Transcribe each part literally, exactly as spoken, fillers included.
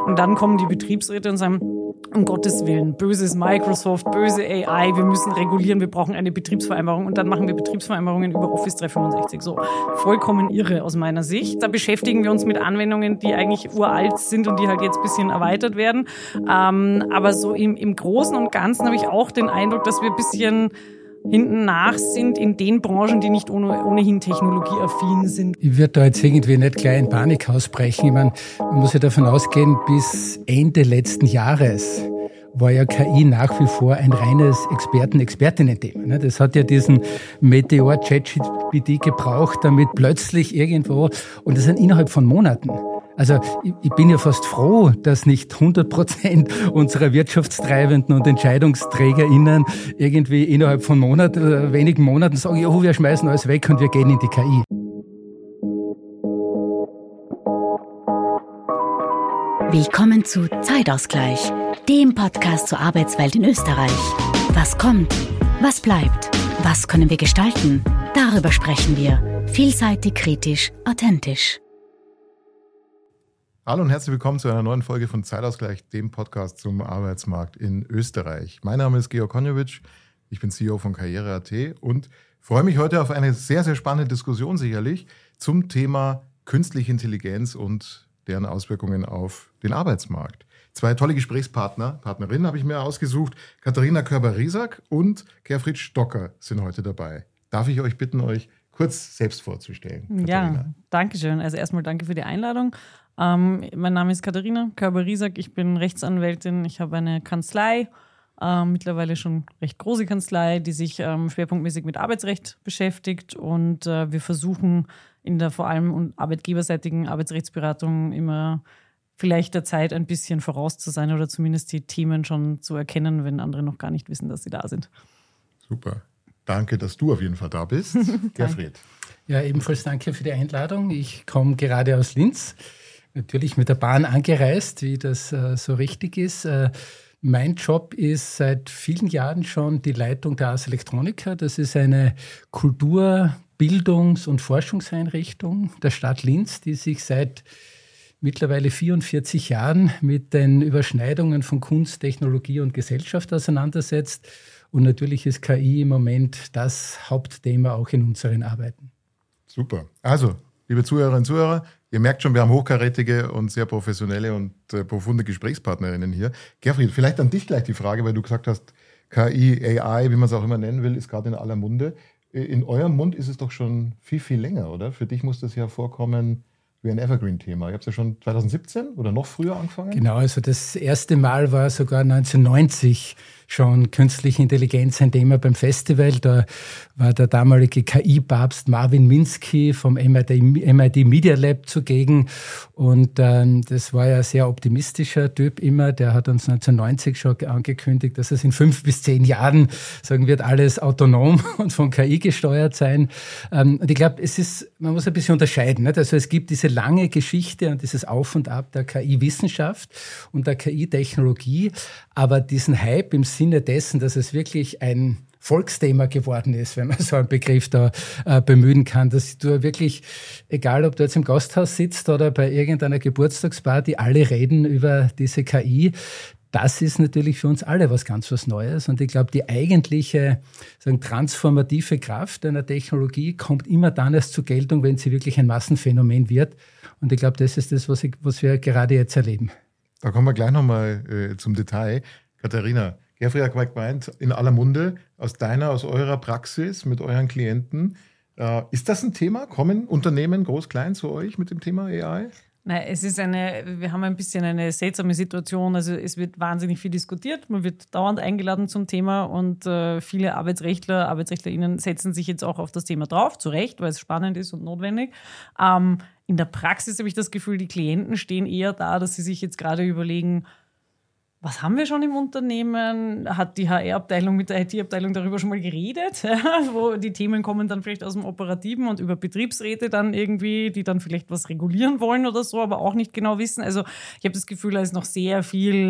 Und dann kommen die Betriebsräte und sagen, um Gottes Willen, böses Microsoft, böse A I, wir müssen regulieren, wir brauchen eine Betriebsvereinbarung und dann machen wir Betriebsvereinbarungen über Office dreihundertfünfundsechzig. So, vollkommen irre aus meiner Sicht. Da beschäftigen wir uns mit Anwendungen, die eigentlich uralt sind und die halt jetzt ein bisschen erweitert werden. Ähm, aber so im, im Großen und Ganzen habe ich auch den Eindruck, dass wir ein bisschen hinten nach sind in den Branchen, die nicht ohne, ohnehin technologieaffin sind. Ich würde da jetzt irgendwie nicht gleich in Panik ausbrechen. Ich meine, man muss ja davon ausgehen, bis Ende letzten Jahres war ja K I nach wie vor ein reines Experten-Expertinnen-Thema. Das hat ja diesen Meteor ChatGPT gebraucht, damit plötzlich irgendwo, und das sind innerhalb von Monaten. Also ich bin ja fast froh, dass nicht hundert Prozent unserer Wirtschaftstreibenden und EntscheidungsträgerInnen irgendwie innerhalb von Monaten, wenigen Monaten sagen, ja, wir schmeißen alles weg und wir gehen in die K I. Willkommen zu Zeitausgleich, dem Podcast zur Arbeitswelt in Österreich. Was kommt? Was bleibt? Was können wir gestalten? Darüber sprechen wir. Vielseitig, kritisch, authentisch. Hallo und herzlich willkommen zu einer neuen Folge von Zeitausgleich, dem Podcast zum Arbeitsmarkt in Österreich. Mein Name ist Georg Konjovic, ich bin C E O von Karriere Punkt at und freue mich heute auf eine sehr, sehr spannende Diskussion sicherlich zum Thema künstliche Intelligenz und deren Auswirkungen auf den Arbeitsmarkt. Zwei tolle Gesprächspartner, Partnerinnen habe ich mir ausgesucht. Katharina Körber-Riesack und Gerfried Stocker sind heute dabei. Darf ich euch bitten, euch kurz selbst vorzustellen? Katharina. Ja, danke schön. Also erstmal danke für die Einladung. Ähm, mein Name ist Katharina Körber-Riesack, ich bin Rechtsanwältin, ich habe eine Kanzlei, äh, mittlerweile schon recht große Kanzlei, die sich ähm, schwerpunktmäßig mit Arbeitsrecht beschäftigt und äh, wir versuchen in der vor allem arbeitgeberseitigen Arbeitsrechtsberatung immer vielleicht der Zeit ein bisschen voraus zu sein oder zumindest die Themen schon zu erkennen, wenn andere noch gar nicht wissen, dass sie da sind. Super. Danke, dass du auf jeden Fall da bist. Gerfried. Ja, ebenfalls danke für die Einladung. Ich komme gerade aus Linz. Natürlich mit der Bahn angereist, wie das äh, so richtig ist. Äh, mein Job ist seit vielen Jahren schon die Leitung der Ars Electronica. Das ist eine Kultur-, Bildungs- und Forschungseinrichtung der Stadt Linz, die sich seit mittlerweile vierundvierzig Jahren mit den Überschneidungen von Kunst, Technologie und Gesellschaft auseinandersetzt. Und natürlich ist K I im Moment das Hauptthema auch in unseren Arbeiten. Super. Also, liebe Zuhörerinnen und Zuhörer, ihr merkt schon, wir haben hochkarätige und sehr professionelle und äh, profunde Gesprächspartnerinnen hier. Gerfried, vielleicht an dich gleich die Frage, weil du gesagt hast, K I, A I, wie man es auch immer nennen will, ist gerade in aller Munde. In eurem Mund ist es doch schon viel, viel länger, oder? Für dich muss das ja vorkommen wie ein Evergreen-Thema. Ihr habt ja schon zwanzig siebzehn oder noch früher angefangen? Genau, also das erste Mal war sogar neunzehnhundertneunzig schon künstliche Intelligenz ein Thema beim Festival. Da war der damalige K I-Papst Marvin Minsky vom M I T Media Lab zugegen. Und ähm, das war ja ein sehr optimistischer Typ immer. Der hat uns neunzehnhundertneunzig schon angekündigt, dass es in fünf bis zehn Jahren, sagen wird, alles autonom und von K I gesteuert sein. Ähm, und ich glaube, es ist, man muss ein bisschen unterscheiden. Nicht? Also es gibt diese lange Geschichte und dieses Auf und Ab der K I-Wissenschaft und der K I-Technologie. Aber diesen Hype im Sinne dessen, dass es wirklich ein Volksthema geworden ist, wenn man so einen Begriff da äh, bemühen kann, dass du wirklich, egal ob du jetzt im Gasthaus sitzt oder bei irgendeiner Geburtstagsparty, alle reden über diese K I. Das ist natürlich für uns alle was ganz was Neues. Und ich glaube, die eigentliche, sagen, transformative Kraft einer Technologie kommt immer dann erst zur Geltung, wenn sie wirklich ein Massenphänomen wird. Und ich glaube, das ist das, was, ich, was wir gerade jetzt erleben. Da kommen wir gleich nochmal äh, zum Detail. Katharina, Gerfried hat gemeint, in aller Munde, aus deiner, aus eurer Praxis mit euren Klienten. Äh, ist das ein Thema? Kommen Unternehmen, groß, klein, zu euch mit dem Thema A I? Nein, es ist eine, wir haben ein bisschen eine seltsame Situation. Also es wird wahnsinnig viel diskutiert, man wird dauernd eingeladen zum Thema und äh, viele Arbeitsrechtler, ArbeitsrechtlerInnen setzen sich jetzt auch auf das Thema drauf, zu Recht, weil es spannend ist und notwendig. Ähm, in der Praxis habe ich das Gefühl, die Klienten stehen eher da, dass sie sich jetzt gerade überlegen, was haben wir schon im Unternehmen? Hat die H R-Abteilung mit der I T-Abteilung darüber schon mal geredet? Wo die Themen kommen dann vielleicht aus dem Operativen und über Betriebsräte dann irgendwie, die dann vielleicht was regulieren wollen oder so, aber auch nicht genau wissen. Also ich habe das Gefühl, da ist noch sehr viel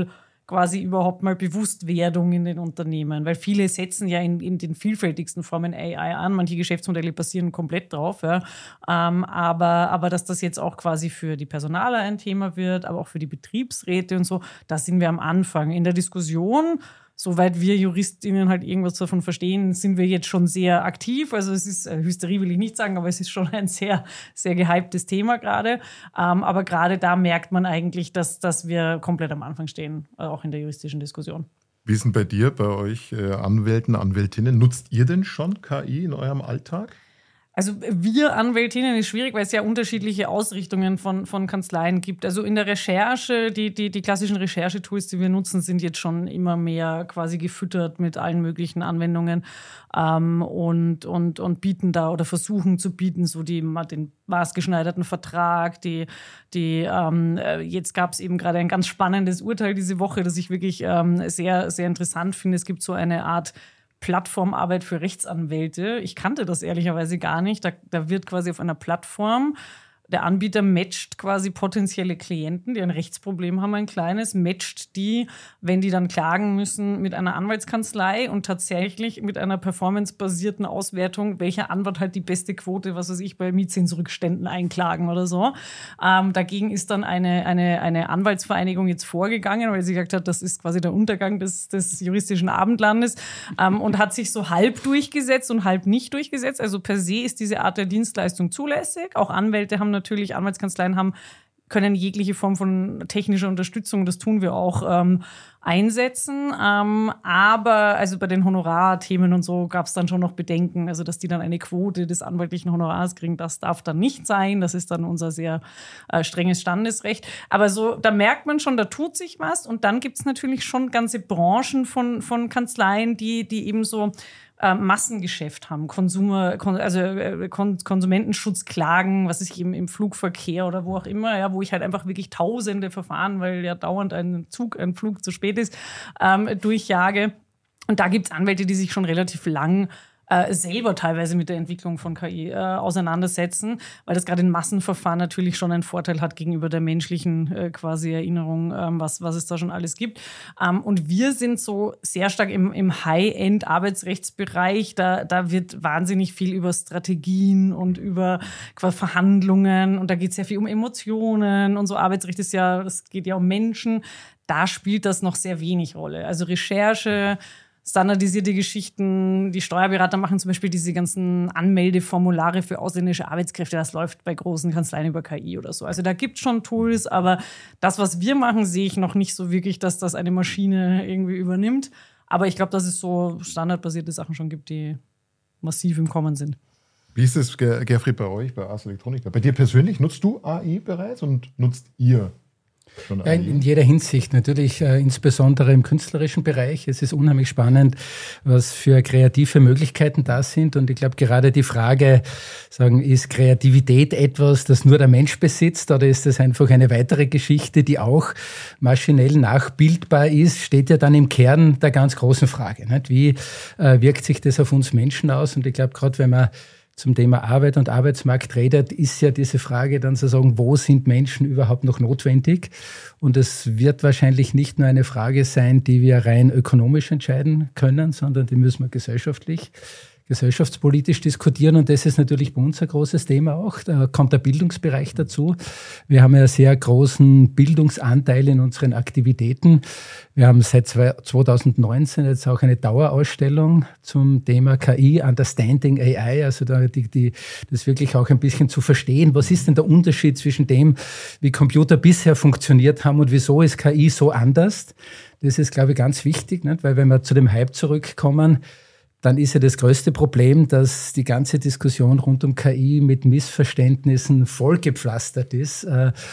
quasi überhaupt mal Bewusstwerdung in den Unternehmen, weil viele setzen ja in, in den vielfältigsten Formen A I an, manche Geschäftsmodelle basieren komplett drauf, ja. ähm, aber, aber dass das jetzt auch quasi für die Personaler ein Thema wird, aber auch für die Betriebsräte und so, da sind wir am Anfang. In der Diskussion, soweit wir JuristInnen halt irgendwas davon verstehen, sind wir jetzt schon sehr aktiv. Also es ist, äh, Hysterie will ich nicht sagen, aber es ist schon ein sehr, sehr gehyptes Thema gerade. Ähm, aber gerade da merkt man eigentlich, dass, dass wir komplett am Anfang stehen, äh, auch in der juristischen Diskussion. Wie ist denn bei dir, bei euch äh, Anwälten, Anwältinnen? Nutzt ihr denn schon K I in eurem Alltag? Also wir Anwältinnen ist schwierig, weil es ja unterschiedliche Ausrichtungen von, von Kanzleien gibt. Also in der Recherche, die, die, die klassischen Recherchetools, die wir nutzen, sind jetzt schon immer mehr quasi gefüttert mit allen möglichen Anwendungen ähm, und, und, und bieten da oder versuchen zu bieten, so die, den maßgeschneiderten Vertrag. Die, die, ähm, jetzt gab es eben gerade ein ganz spannendes Urteil diese Woche, das ich wirklich ähm, sehr, sehr interessant finde. Es gibt so eine Art Plattformarbeit für Rechtsanwälte. Ich kannte das ehrlicherweise gar nicht. Da, da wird quasi auf einer Plattform, der Anbieter matcht quasi potenzielle Klienten, die ein Rechtsproblem haben, ein kleines, matcht die, wenn die dann klagen müssen, mit einer Anwaltskanzlei und tatsächlich mit einer performancebasierten Auswertung, welcher Anwalt halt die beste Quote, was weiß ich, bei Mietzinsrückständen einklagen oder so. Ähm, dagegen ist dann eine, eine, eine Anwaltsvereinigung jetzt vorgegangen, weil sie gesagt hat, das ist quasi der Untergang des, des juristischen Abendlandes ähm, und hat sich so halb durchgesetzt und halb nicht durchgesetzt. Also per se ist diese Art der Dienstleistung zulässig. Auch Anwälte haben natürlich, Anwaltskanzleien haben, können jegliche Form von technischer Unterstützung, das tun wir auch, ähm, einsetzen. Ähm, aber also bei den Honorarthemen und so gab es dann schon noch Bedenken, also dass die dann eine Quote des anwaltlichen Honorars kriegen, das darf dann nicht sein. Das ist dann unser sehr äh, strenges Standesrecht. Aber so, da merkt man schon, da tut sich was. Und dann gibt es natürlich schon ganze Branchen von, von Kanzleien, die, die eben so äh, Massengeschäft haben, Konsumer, kon, also äh, kon, Konsumentenschutzklagen, was ist eben im Flugverkehr oder wo auch immer, ja, wo ich halt einfach wirklich tausende Verfahren, weil ja dauernd ein Zug, ein Flug zu spät ist, ähm, durchjage. Und da gibt es Anwälte, die sich schon relativ lang äh, selber teilweise mit der Entwicklung von K I äh, auseinandersetzen, weil das gerade in Massenverfahren natürlich schon einen Vorteil hat gegenüber der menschlichen äh, quasi Erinnerung, ähm, was, was es da schon alles gibt. Ähm, und wir sind so sehr stark im, im High-End-Arbeitsrechtsbereich. Da, da wird wahnsinnig viel über Strategien und über quasi Verhandlungen und da geht es sehr viel um Emotionen und so. Arbeitsrecht ist ja, das geht ja um Menschen. Da spielt das noch sehr wenig Rolle. Also Recherche, standardisierte Geschichten, die Steuerberater machen zum Beispiel diese ganzen Anmeldeformulare für ausländische Arbeitskräfte, das läuft bei großen Kanzleien über K I oder so. Also da gibt es schon Tools, aber das, was wir machen, sehe ich noch nicht so wirklich, dass das eine Maschine irgendwie übernimmt. Aber ich glaube, dass es so standardbasierte Sachen schon gibt, die massiv im Kommen sind. Wie ist es, Gerfried, bei euch, bei Ars Electronica? Bei dir persönlich, nutzt du A I bereits und nutzt ihr? Ja, in jeder Hinsicht, natürlich äh, insbesondere im künstlerischen Bereich. Es ist unheimlich spannend, was für kreative Möglichkeiten da sind. Und ich glaube, gerade die Frage, sagen, ist Kreativität etwas, das nur der Mensch besitzt oder ist das einfach eine weitere Geschichte, die auch maschinell nachbildbar ist, steht ja dann im Kern der ganz großen Frage. Nicht? Wie äh, wirkt sich das auf uns Menschen aus? Und ich glaube, gerade wenn man zum Thema Arbeit und Arbeitsmarkt redet, ist ja diese Frage dann zu sagen, wo sind Menschen überhaupt noch notwendig? Und es wird wahrscheinlich nicht nur eine Frage sein, die wir rein ökonomisch entscheiden können, sondern die müssen wir gesellschaftlich, gesellschaftspolitisch diskutieren. Und das ist natürlich bei uns ein großes Thema auch. Da kommt der Bildungsbereich dazu. Wir haben ja einen sehr großen Bildungsanteil in unseren Aktivitäten. Wir haben seit zweitausendneunzehn jetzt auch eine Dauerausstellung zum Thema K I, Understanding A I, also da die, die, das wirklich auch ein bisschen zu verstehen. Was ist denn der Unterschied zwischen dem, wie Computer bisher funktioniert haben und wieso ist K I so anders? Das ist, glaube ich, ganz wichtig, nicht? Weil wenn wir zu dem Hype zurückkommen, dann ist ja das größte Problem, dass die ganze Diskussion rund um K I mit Missverständnissen vollgepflastert ist.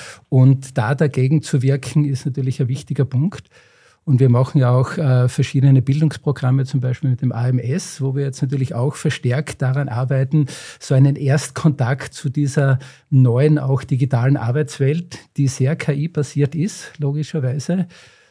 Und da dagegen zu wirken, ist natürlich ein wichtiger Punkt. Und wir machen ja auch äh, verschiedene Bildungsprogramme, zum Beispiel mit dem A M S, wo wir jetzt natürlich auch verstärkt daran arbeiten, so einen Erstkontakt zu dieser neuen, auch digitalen Arbeitswelt, die sehr K I-basiert ist, logischerweise,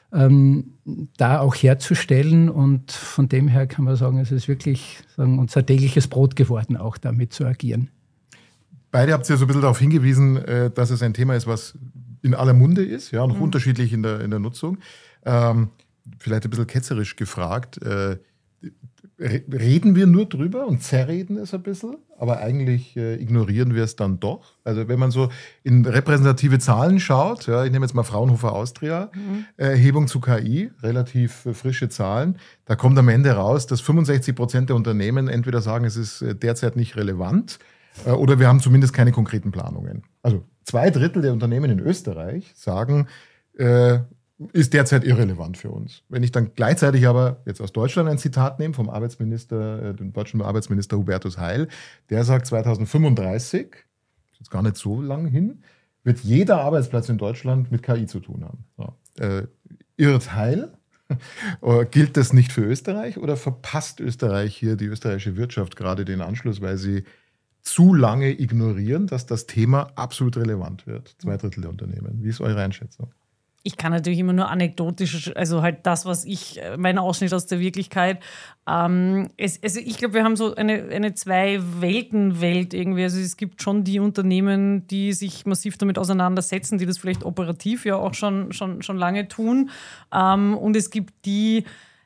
ähm, da auch herzustellen. Und von dem her kann man sagen, es ist wirklich sagen, unser tägliches Brot geworden, auch damit zu agieren. Beide habt ihr so ein bisschen darauf hingewiesen, dass es ein Thema ist, was in aller Munde ist, ja, noch Mhm. unterschiedlich in der, in der Nutzung. Ähm, vielleicht ein bisschen ketzerisch gefragt, äh, reden wir nur drüber und zerreden es ein bisschen, aber eigentlich äh, ignorieren wir es dann doch. Also wenn man so in repräsentative Zahlen schaut, ja, ich nehme jetzt mal Fraunhofer Austria, Mhm. Erhebung zu K I, relativ äh, frische Zahlen, da kommt am Ende raus, dass fünfundsechzig Prozent der Unternehmen entweder sagen, es ist äh, derzeit nicht relevant äh, oder wir haben zumindest keine konkreten Planungen. Also zwei Drittel der Unternehmen in Österreich sagen, äh, ist derzeit irrelevant für uns. Wenn ich dann gleichzeitig aber jetzt aus Deutschland ein Zitat nehme vom Arbeitsminister, dem deutschen Arbeitsminister Hubertus Heil, der sagt, zweitausendfünfunddreißig, ist jetzt gar nicht so lang hin, wird jeder Arbeitsplatz in Deutschland mit K I zu tun haben. So. Äh, irrt Heil? Gilt das nicht für Österreich oder verpasst Österreich hier, die österreichische Wirtschaft, gerade den Anschluss, weil sie zu lange ignorieren, dass das Thema absolut relevant wird? Zwei Drittel der Unternehmen. Wie ist eure Einschätzung? Ich kann natürlich immer nur anekdotisch, also halt das, was ich, mein Ausschnitt aus der Wirklichkeit. Ähm, es, also ich glaube, wir haben so eine, eine Zwei-Welten-Welt irgendwie. Also es gibt schon die Unternehmen, die sich massiv damit auseinandersetzen, die das vielleicht operativ ja auch schon, schon, schon lange tun. Ähm, und es gibt die,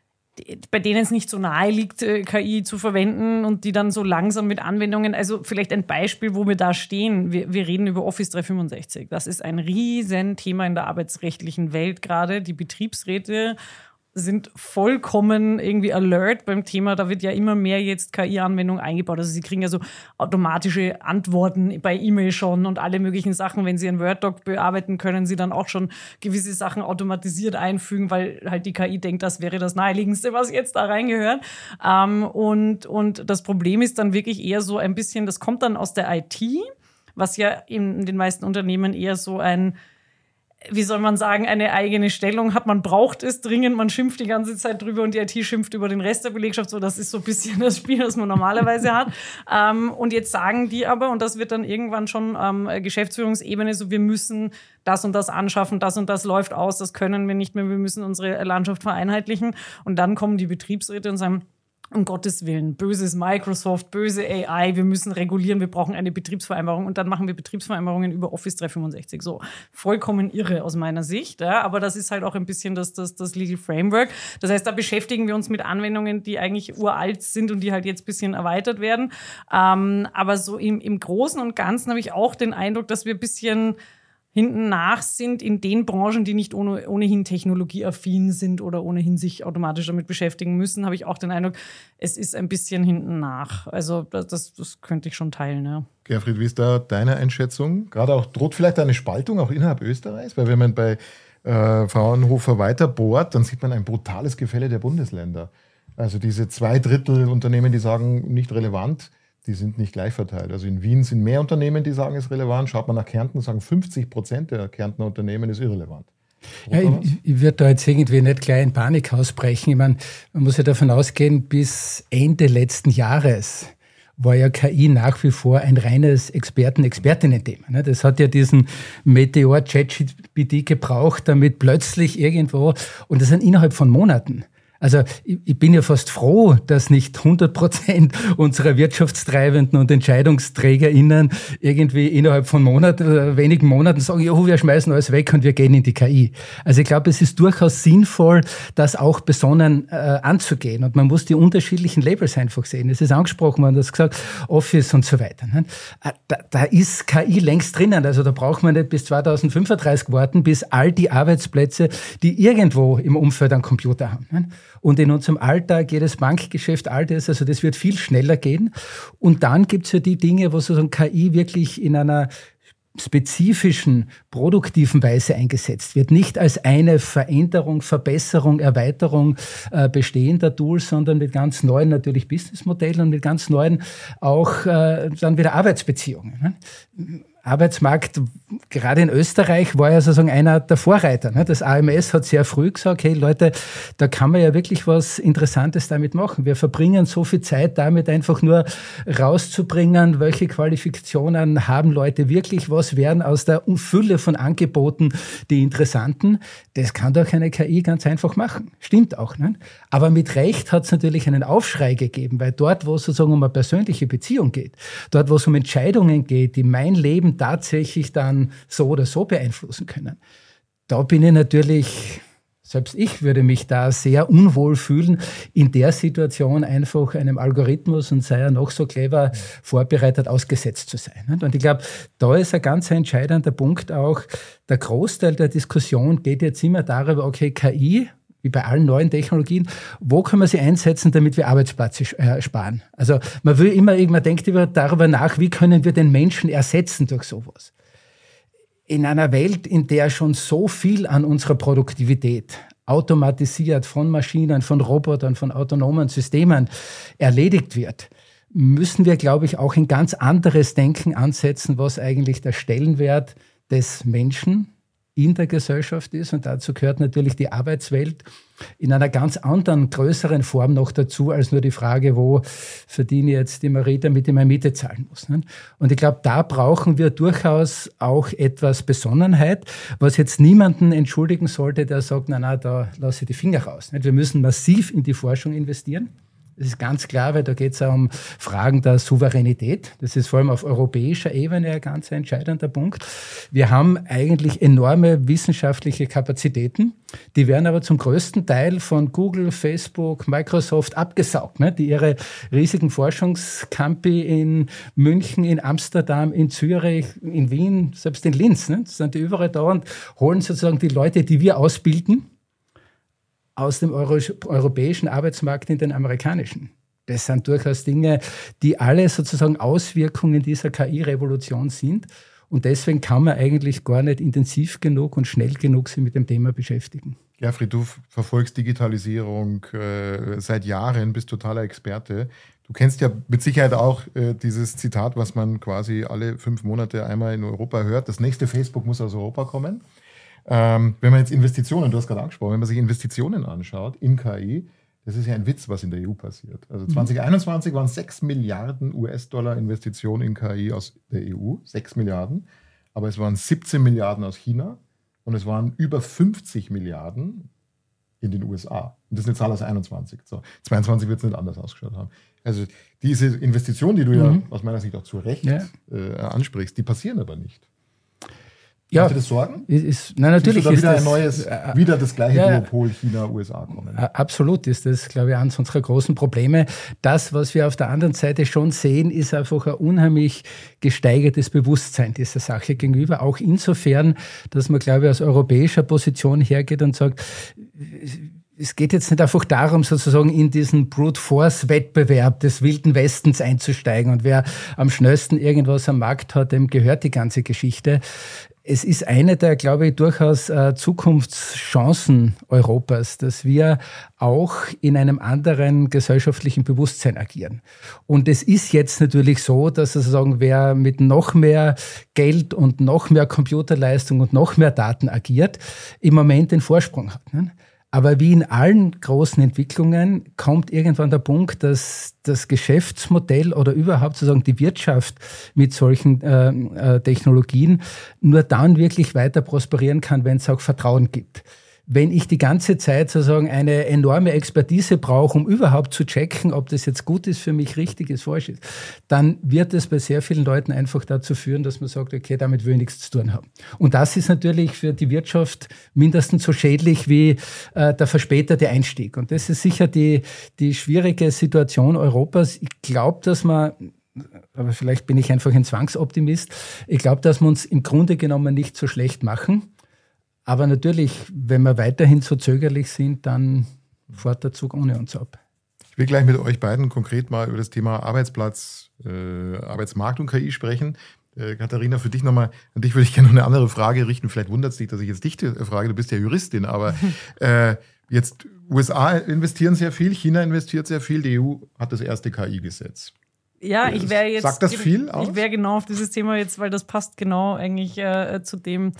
bei denen es nicht so nahe liegt, K I zu verwenden und die dann so langsam mit Anwendungen, also vielleicht ein Beispiel, wo wir da stehen. Wir, wir reden über Office dreihundertfünfundsechzig. Das ist ein Riesenthema in der arbeitsrechtlichen Welt gerade. Die Betriebsräte sind vollkommen irgendwie alert beim Thema. Da wird ja immer mehr jetzt K I-Anwendung eingebaut. Also sie kriegen ja so automatische Antworten bei E-Mail schon und alle möglichen Sachen. Wenn sie ein Word-Doc bearbeiten, können sie dann auch schon gewisse Sachen automatisiert einfügen, weil halt die K I denkt, das wäre das Naheliegendste, was jetzt da reingehört. Ähm, und, und das Problem ist dann wirklich eher so ein bisschen, das kommt dann aus der I T, was ja in den meisten Unternehmen eher so ein, wie soll man sagen, eine eigene Stellung hat. Man braucht es dringend, man schimpft die ganze Zeit drüber und die I T schimpft über den Rest der Belegschaft. So, das ist so ein bisschen das Spiel, das man normalerweise hat. Ähm, und jetzt sagen die aber, und das wird dann irgendwann schon ähm, Geschäftsführungsebene, so wir müssen das und das anschaffen, das und das läuft aus, das können wir nicht mehr, wir müssen unsere Landschaft vereinheitlichen. Und dann kommen die Betriebsräte und sagen, um Gottes Willen, böses Microsoft, böse A I, wir müssen regulieren, wir brauchen eine Betriebsvereinbarung und dann machen wir Betriebsvereinbarungen über Office dreihundertfünfundsechzig. So, vollkommen irre aus meiner Sicht, ja, aber das ist halt auch ein bisschen das, das, das Legal Framework. Das heißt, da beschäftigen wir uns mit Anwendungen, die eigentlich uralt sind und die halt jetzt ein bisschen erweitert werden. Ähm, aber so im, im Großen und Ganzen habe ich auch den Eindruck, dass wir ein bisschen hinten nach sind in den Branchen, die nicht ohne, ohnehin technologieaffin sind oder ohnehin sich automatisch damit beschäftigen müssen, habe ich auch den Eindruck, es ist ein bisschen hinten nach. Also das, das, das könnte ich schon teilen, ja. Gerfried, wie ist da deine Einschätzung? Gerade auch, droht vielleicht eine Spaltung auch innerhalb Österreichs? Weil wenn man bei äh, Fraunhofer weiter bohrt, dann sieht man ein brutales Gefälle der Bundesländer. Also diese zwei Drittel Unternehmen, die sagen, nicht relevant, die sind nicht gleich verteilt. Also in Wien sind mehr Unternehmen, die sagen, es ist relevant. Schaut man nach Kärnten, sagen fünfzig Prozent der Kärntner Unternehmen ist irrelevant. Ja, ich, ich würde da jetzt irgendwie nicht gleich in Panik ausbrechen. Ich meine, man muss ja davon ausgehen, bis Ende letzten Jahres war ja K I nach wie vor ein reines Experten-Expertinnen-Thema. Das hat ja diesen Meteor ChatGPT gebraucht, damit plötzlich irgendwo, und das sind innerhalb von Monaten. Also ich, ich bin ja fast froh, dass nicht hundert Prozent unserer Wirtschaftstreibenden und EntscheidungsträgerInnen irgendwie innerhalb von Monaten, äh, wenigen Monaten sagen, jo, wir schmeißen alles weg und wir gehen in die K I. Also ich glaube, es ist durchaus sinnvoll, das auch besonnen äh, anzugehen. Und man muss die unterschiedlichen Labels einfach sehen. Es ist angesprochen worden, das gesagt, Office und so weiter. Ne? Da, da ist K I längst drinnen. Also da braucht man nicht bis zweitausendfünfunddreißig warten, bis all die Arbeitsplätze, die irgendwo im Umfeld einen Computer haben. Ne? Und in unserem Alltag, jedes Bankgeschäft, all das, also das wird viel schneller gehen. Und dann gibt's ja die Dinge, wo sozusagen K I wirklich in einer spezifischen, produktiven Weise eingesetzt wird. Nicht als eine Veränderung, Verbesserung, Erweiterung äh, bestehender Tools, sondern mit ganz neuen natürlich Businessmodellen und mit ganz neuen auch äh, dann wieder Arbeitsbeziehungen. Ne? Arbeitsmarkt, gerade in Österreich, war ja sozusagen einer der Vorreiter. Das A M S hat sehr früh gesagt, hey Leute, da kann man ja wirklich was Interessantes damit machen. Wir verbringen so viel Zeit damit, einfach nur rauszubringen, welche Qualifikationen haben Leute wirklich, was werden aus der Fülle von Angeboten die interessanten. Das kann doch eine K I ganz einfach machen. Stimmt auch. Ne? Aber mit Recht hat es natürlich einen Aufschrei gegeben, weil dort, wo es sozusagen um eine persönliche Beziehung geht, dort, wo es um Entscheidungen geht, die mein Leben Leben tatsächlich dann so oder so beeinflussen können. Da bin ich natürlich, selbst ich würde mich da sehr unwohl fühlen, in der Situation einfach einem Algorithmus, und sei er noch so clever vorbereitet, ausgesetzt zu sein. Und ich glaube, da ist ein ganz entscheidender Punkt auch, der Großteil der Diskussion geht jetzt immer darüber, okay, K I, wie bei allen neuen Technologien, wo können wir sie einsetzen, damit wir Arbeitsplätze sparen? Also man will immer, man denkt immer darüber nach, wie können wir den Menschen ersetzen durch sowas. In einer Welt, in der schon so viel an unserer Produktivität automatisiert von Maschinen, von Robotern, von autonomen Systemen erledigt wird, müssen wir, glaube ich, auch ein ganz anderes Denken ansetzen, was eigentlich der Stellenwert des Menschen in der Gesellschaft ist. Und dazu gehört natürlich die Arbeitswelt in einer ganz anderen, größeren Form noch dazu, als nur die Frage, wo verdiene ich jetzt die Marie, damit ich meine Miete zahlen muss. Und ich glaube, da brauchen wir durchaus auch etwas Besonnenheit, was jetzt niemanden entschuldigen sollte, der sagt, na, na, da lasse ich die Finger raus. Wir müssen massiv in die Forschung investieren. Das ist ganz klar, weil da geht es ja um Fragen der Souveränität. Das ist vor allem auf europäischer Ebene ein ganz entscheidender Punkt. Wir haben eigentlich enorme wissenschaftliche Kapazitäten. Die werden aber zum größten Teil von Google, Facebook, Microsoft abgesaugt, ne? Die ihre riesigen Forschungscampi in München, in Amsterdam, in Zürich, in Wien, selbst in Linz, ne? Das sind die überall da und holen sozusagen die Leute, die wir ausbilden, aus dem Euro- europäischen Arbeitsmarkt in den amerikanischen. Das sind durchaus Dinge, die alle sozusagen Auswirkungen dieser K I-Revolution sind. Und deswegen kann man eigentlich gar nicht intensiv genug und schnell genug sich mit dem Thema beschäftigen. Gerfried, du verfolgst Digitalisierung äh, seit Jahren, bist totaler Experte. Du kennst ja mit Sicherheit auch äh, dieses Zitat, was man quasi alle fünf Monate einmal in Europa hört. Das nächste Facebook muss aus Europa kommen. Ähm, wenn man jetzt Investitionen, du hast gerade angesprochen, wenn man sich Investitionen anschaut in K I, das ist ja ein Witz, was in der E U passiert. Also zwanzig einundzwanzig waren sechs Milliarden U S-Dollar Investitionen in K I aus der E U, sechs Milliarden, aber es waren siebzehn Milliarden aus China und es waren über fünfzig Milliarden in den U S A. Und das ist eine Zahl aus einundzwanzig. So, zweiundzwanzig wird es nicht anders ausgeschaut haben. Also diese Investitionen, die du mhm. ja aus meiner Sicht auch zu Recht ja. äh, ansprichst, die passieren aber nicht. Ja, Macht dir das Sorgen? Ist, nein, natürlich da wieder ist das, ein neues, äh, wieder das gleiche ja, Duopol China-U S A kommen. Absolut ist das, glaube ich, eines unserer großen Probleme. Das, was wir auf der anderen Seite schon sehen, ist einfach ein unheimlich gesteigertes Bewusstsein dieser Sache gegenüber. Auch insofern, dass man, glaube ich, aus europäischer Position hergeht und sagt, es geht jetzt nicht einfach darum, sozusagen in diesen Brute-Force-Wettbewerb des Wilden Westens einzusteigen und wer am schnellsten irgendwas am Markt hat, dem gehört die ganze Geschichte. Es ist eine der, glaube ich, durchaus äh, Zukunftschancen Europas, dass wir auch in einem anderen gesellschaftlichen Bewusstsein agieren. Und es ist jetzt natürlich so, dass sozusagen wer mit noch mehr Geld und noch mehr Computerleistung und noch mehr Daten agiert, im Moment den Vorsprung hat, ne? Aber wie in allen großen Entwicklungen kommt irgendwann der Punkt, dass das Geschäftsmodell oder überhaupt sozusagen die Wirtschaft mit solchen äh, äh, Technologien nur dann wirklich weiter prosperieren kann, wenn es auch Vertrauen gibt. Wenn ich die ganze Zeit sozusagen eine enorme Expertise brauche, um überhaupt zu checken, ob das jetzt gut ist für mich, richtig ist, falsch ist, dann wird es bei sehr vielen Leuten einfach dazu führen, dass man sagt, okay, damit will ich nichts zu tun haben. Und das ist natürlich für die Wirtschaft mindestens so schädlich wie äh, der verspätete Einstieg. Und das ist sicher die, die schwierige Situation Europas. Ich glaube, dass man, aber vielleicht bin ich einfach ein Zwangsoptimist, ich glaube, dass wir uns im Grunde genommen nicht so schlecht machen. Aber natürlich, wenn wir weiterhin so zögerlich sind, dann fährt der Zug ohne uns ab. Ich will gleich mit euch beiden konkret mal über das Thema Arbeitsplatz, äh, Arbeitsmarkt und K I sprechen. Äh, Katharina, für dich nochmal, an dich würde ich gerne noch eine andere Frage richten. Vielleicht wundert es dich, dass ich jetzt dich frage, du bist ja Juristin, aber äh, jetzt U S A investieren sehr viel, China investiert sehr viel, die E U hat das erste K I-Gesetz. Ja, ich wäre jetzt. Sagt das viel aus? Ich wäre genau auf dieses Thema jetzt, weil das passt genau eigentlich äh, zu dem,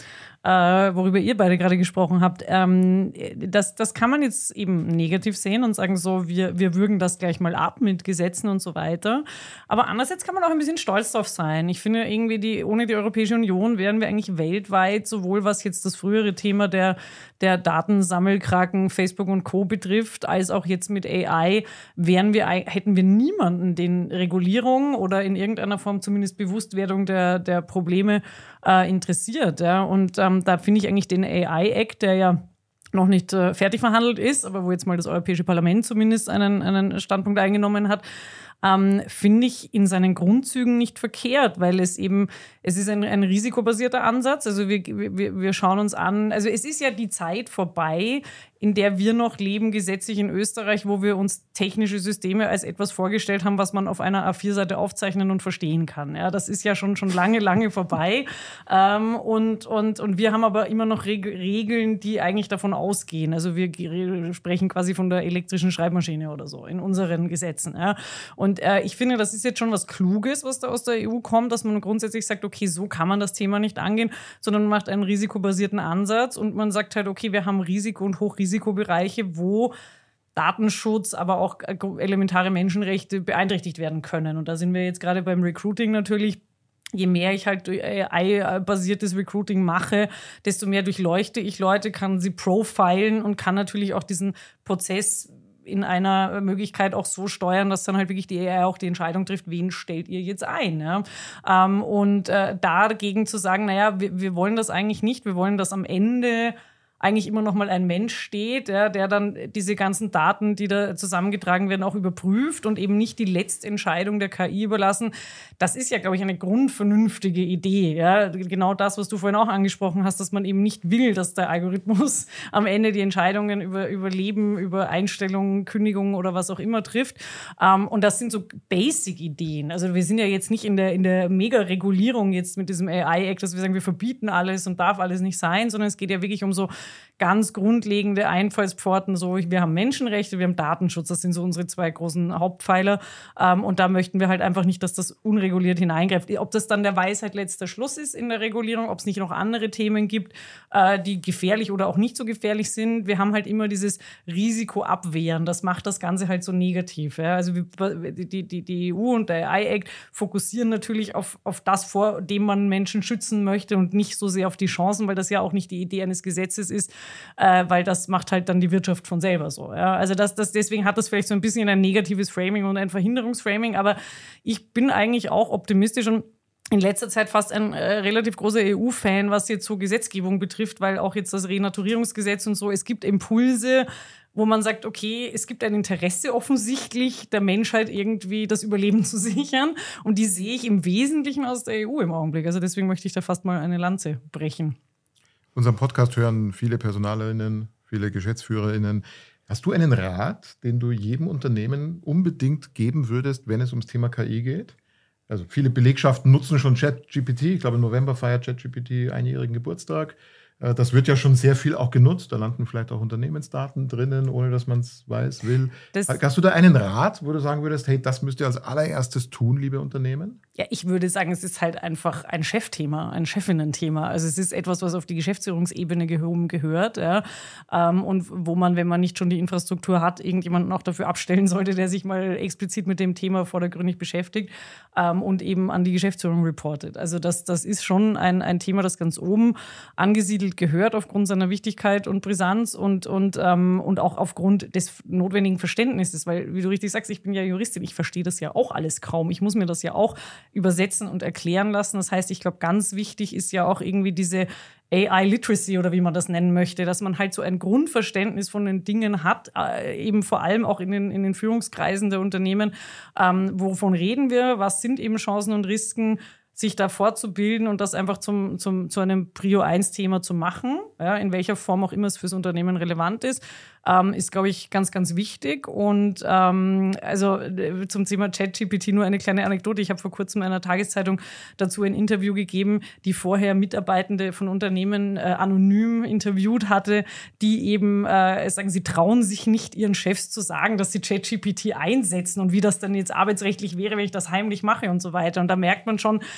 äh, worüber ihr beide gerade gesprochen habt, ähm, das, das kann man jetzt eben negativ sehen und sagen so, wir, wir würgen das gleich mal ab mit Gesetzen und so weiter. Aber andererseits kann man auch ein bisschen stolz drauf sein. Ich finde irgendwie, die, ohne die Europäische Union wären wir eigentlich weltweit, sowohl was jetzt das frühere Thema der, der Datensammelkraken, Facebook und Co. betrifft, als auch jetzt mit A I, wären wir, hätten wir niemanden, den Regulierung oder in irgendeiner Form zumindest Bewusstwerdung der, der Probleme äh, interessiert. Ja? Und ähm, da finde ich eigentlich den A I-Act, der ja noch nicht äh, fertig verhandelt ist, aber wo jetzt mal das Europäische Parlament zumindest einen, einen Standpunkt eingenommen hat, ähm, finde ich in seinen Grundzügen nicht verkehrt, weil es eben, es ist ein, ein risikobasierter Ansatz. Also wir, wir, wir schauen uns an, also es ist ja die Zeit vorbei, in der wir noch leben, gesetzlich in Österreich, wo wir uns technische Systeme als etwas vorgestellt haben, was man auf einer A vier Seite aufzeichnen und verstehen kann. Ja, das ist ja schon, schon lange, lange vorbei. Ähm, und, und, und wir haben aber immer noch Reg- Regeln, die eigentlich davon ausgehen. Also wir g- sprechen quasi von der elektrischen Schreibmaschine oder so in unseren Gesetzen. Ja. Und äh, ich finde, das ist jetzt schon was Kluges, was da aus der E U kommt, dass man grundsätzlich sagt, okay, so kann man das Thema nicht angehen, sondern man macht einen risikobasierten Ansatz und man sagt halt, okay, wir haben Risiko- und Hochrisikobereiche, wo Datenschutz, aber auch elementare Menschenrechte beeinträchtigt werden können. Und da sind wir jetzt gerade beim Recruiting natürlich. Je mehr ich halt A I-basiertes Recruiting mache, desto mehr durchleuchte ich Leute, kann sie profilen und kann natürlich auch diesen Prozess in einer Möglichkeit auch so steuern, dass dann halt wirklich die A I auch die Entscheidung trifft, wen stellt ihr jetzt ein. Ja? Ähm, und äh, dagegen zu sagen, naja, wir, wir wollen das eigentlich nicht, wir wollen, dass am Ende eigentlich immer noch mal ein Mensch steht, ja, der dann diese ganzen Daten, die da zusammengetragen werden, auch überprüft und eben nicht die letzte Entscheidung der K I überlassen. Das ist ja, glaube ich, eine grundvernünftige Idee. Ja? Genau das, was du vorhin auch angesprochen hast, dass man eben nicht will, dass der Algorithmus am Ende die Entscheidungen über, über Leben, über Einstellungen, Kündigungen oder was auch immer trifft. Um, und das sind so Basic-Ideen. Also wir sind ja jetzt nicht in der, in der Mega-Regulierung jetzt mit diesem A I-Act, dass wir sagen, wir verbieten alles und darf alles nicht sein, sondern es geht ja wirklich um so ganz grundlegende Einfallspforten, so wir haben Menschenrechte, wir haben Datenschutz, das sind so unsere zwei großen Hauptpfeiler ähm, und da möchten wir halt einfach nicht, dass das unreguliert hineingreift. Ob das dann der Weisheit letzter Schluss ist in der Regulierung, ob es nicht noch andere Themen gibt, äh, die gefährlich oder auch nicht so gefährlich sind, wir haben halt immer dieses Risiko abwehren, das macht das Ganze halt so negativ. Ja? Also die, die, die E U und der A I-Act fokussieren natürlich auf, auf das, vor dem man Menschen schützen möchte und nicht so sehr auf die Chancen, weil das ja auch nicht die Idee eines Gesetzes ist, äh, weil das macht halt dann die Wirtschaft von selber so. Ja? Also das, das, deswegen hat das vielleicht so ein bisschen ein negatives Framing und ein Verhinderungsframing, aber ich bin eigentlich auch optimistisch und in letzter Zeit fast ein äh, relativ großer E U-Fan, was jetzt so Gesetzgebung betrifft, weil auch jetzt das Renaturierungsgesetz und so, es gibt Impulse, wo man sagt, okay, es gibt ein Interesse offensichtlich der Menschheit irgendwie das Überleben zu sichern und die sehe ich im Wesentlichen aus der E U im Augenblick. Also deswegen möchte ich da fast mal eine Lanze brechen. Unseren Podcast hören viele PersonalerInnen, viele GeschäftsführerInnen. Hast du einen Rat, den du jedem Unternehmen unbedingt geben würdest, wenn es ums Thema K I geht? Also viele Belegschaften nutzen schon ChatGPT. Ich glaube, im November feiert ChatGPT einjährigen Geburtstag. Das wird ja schon sehr viel auch genutzt. Da landen vielleicht auch Unternehmensdaten drinnen, ohne dass man es weiß, will. Das Hast du da einen Rat, wo du sagen würdest, hey, das müsst ihr als allererstes tun, liebe Unternehmen? Ja, ich würde sagen, es ist halt einfach ein Chefthema, ein Chefinnen-Thema. Also es ist etwas, was auf die Geschäftsführungsebene gehoben gehört. Ja. Und wo man, wenn man nicht schon die Infrastruktur hat, irgendjemanden auch dafür abstellen sollte, der sich mal explizit mit dem Thema vordergründig beschäftigt und eben an die Geschäftsführung reportet. Also das, das ist schon ein, ein Thema, das ganz oben angesiedelt gehört aufgrund seiner Wichtigkeit und Brisanz und, und, ähm, und auch aufgrund des notwendigen Verständnisses. Weil, wie du richtig sagst, ich bin ja Juristin, ich verstehe das ja auch alles kaum. Ich muss mir das ja auch übersetzen und erklären lassen. Das heißt, ich glaube, ganz wichtig ist ja auch irgendwie diese A I-Literacy oder wie man das nennen möchte, dass man halt so ein Grundverständnis von den Dingen hat, äh, eben vor allem auch in den, in den Führungskreisen der Unternehmen. Ähm, wovon reden wir? Was sind eben Chancen und Risiken? Sich da fortzubilden und das einfach zum, zum, zu einem Prio eins Thema zu machen, ja, in welcher Form auch immer es fürs Unternehmen relevant ist, ähm, ist, glaube ich, ganz, ganz wichtig. Und ähm, also zum Thema ChatGPT nur eine kleine Anekdote. Ich habe vor kurzem einer Tageszeitung dazu ein Interview gegeben, die vorher Mitarbeitende von Unternehmen äh, anonym interviewt hatte, die eben äh, sagen, sie trauen sich nicht, ihren Chefs zu sagen, dass sie ChatGPT einsetzen und wie das dann jetzt arbeitsrechtlich wäre, wenn ich das heimlich mache und so weiter. Und da merkt man schon,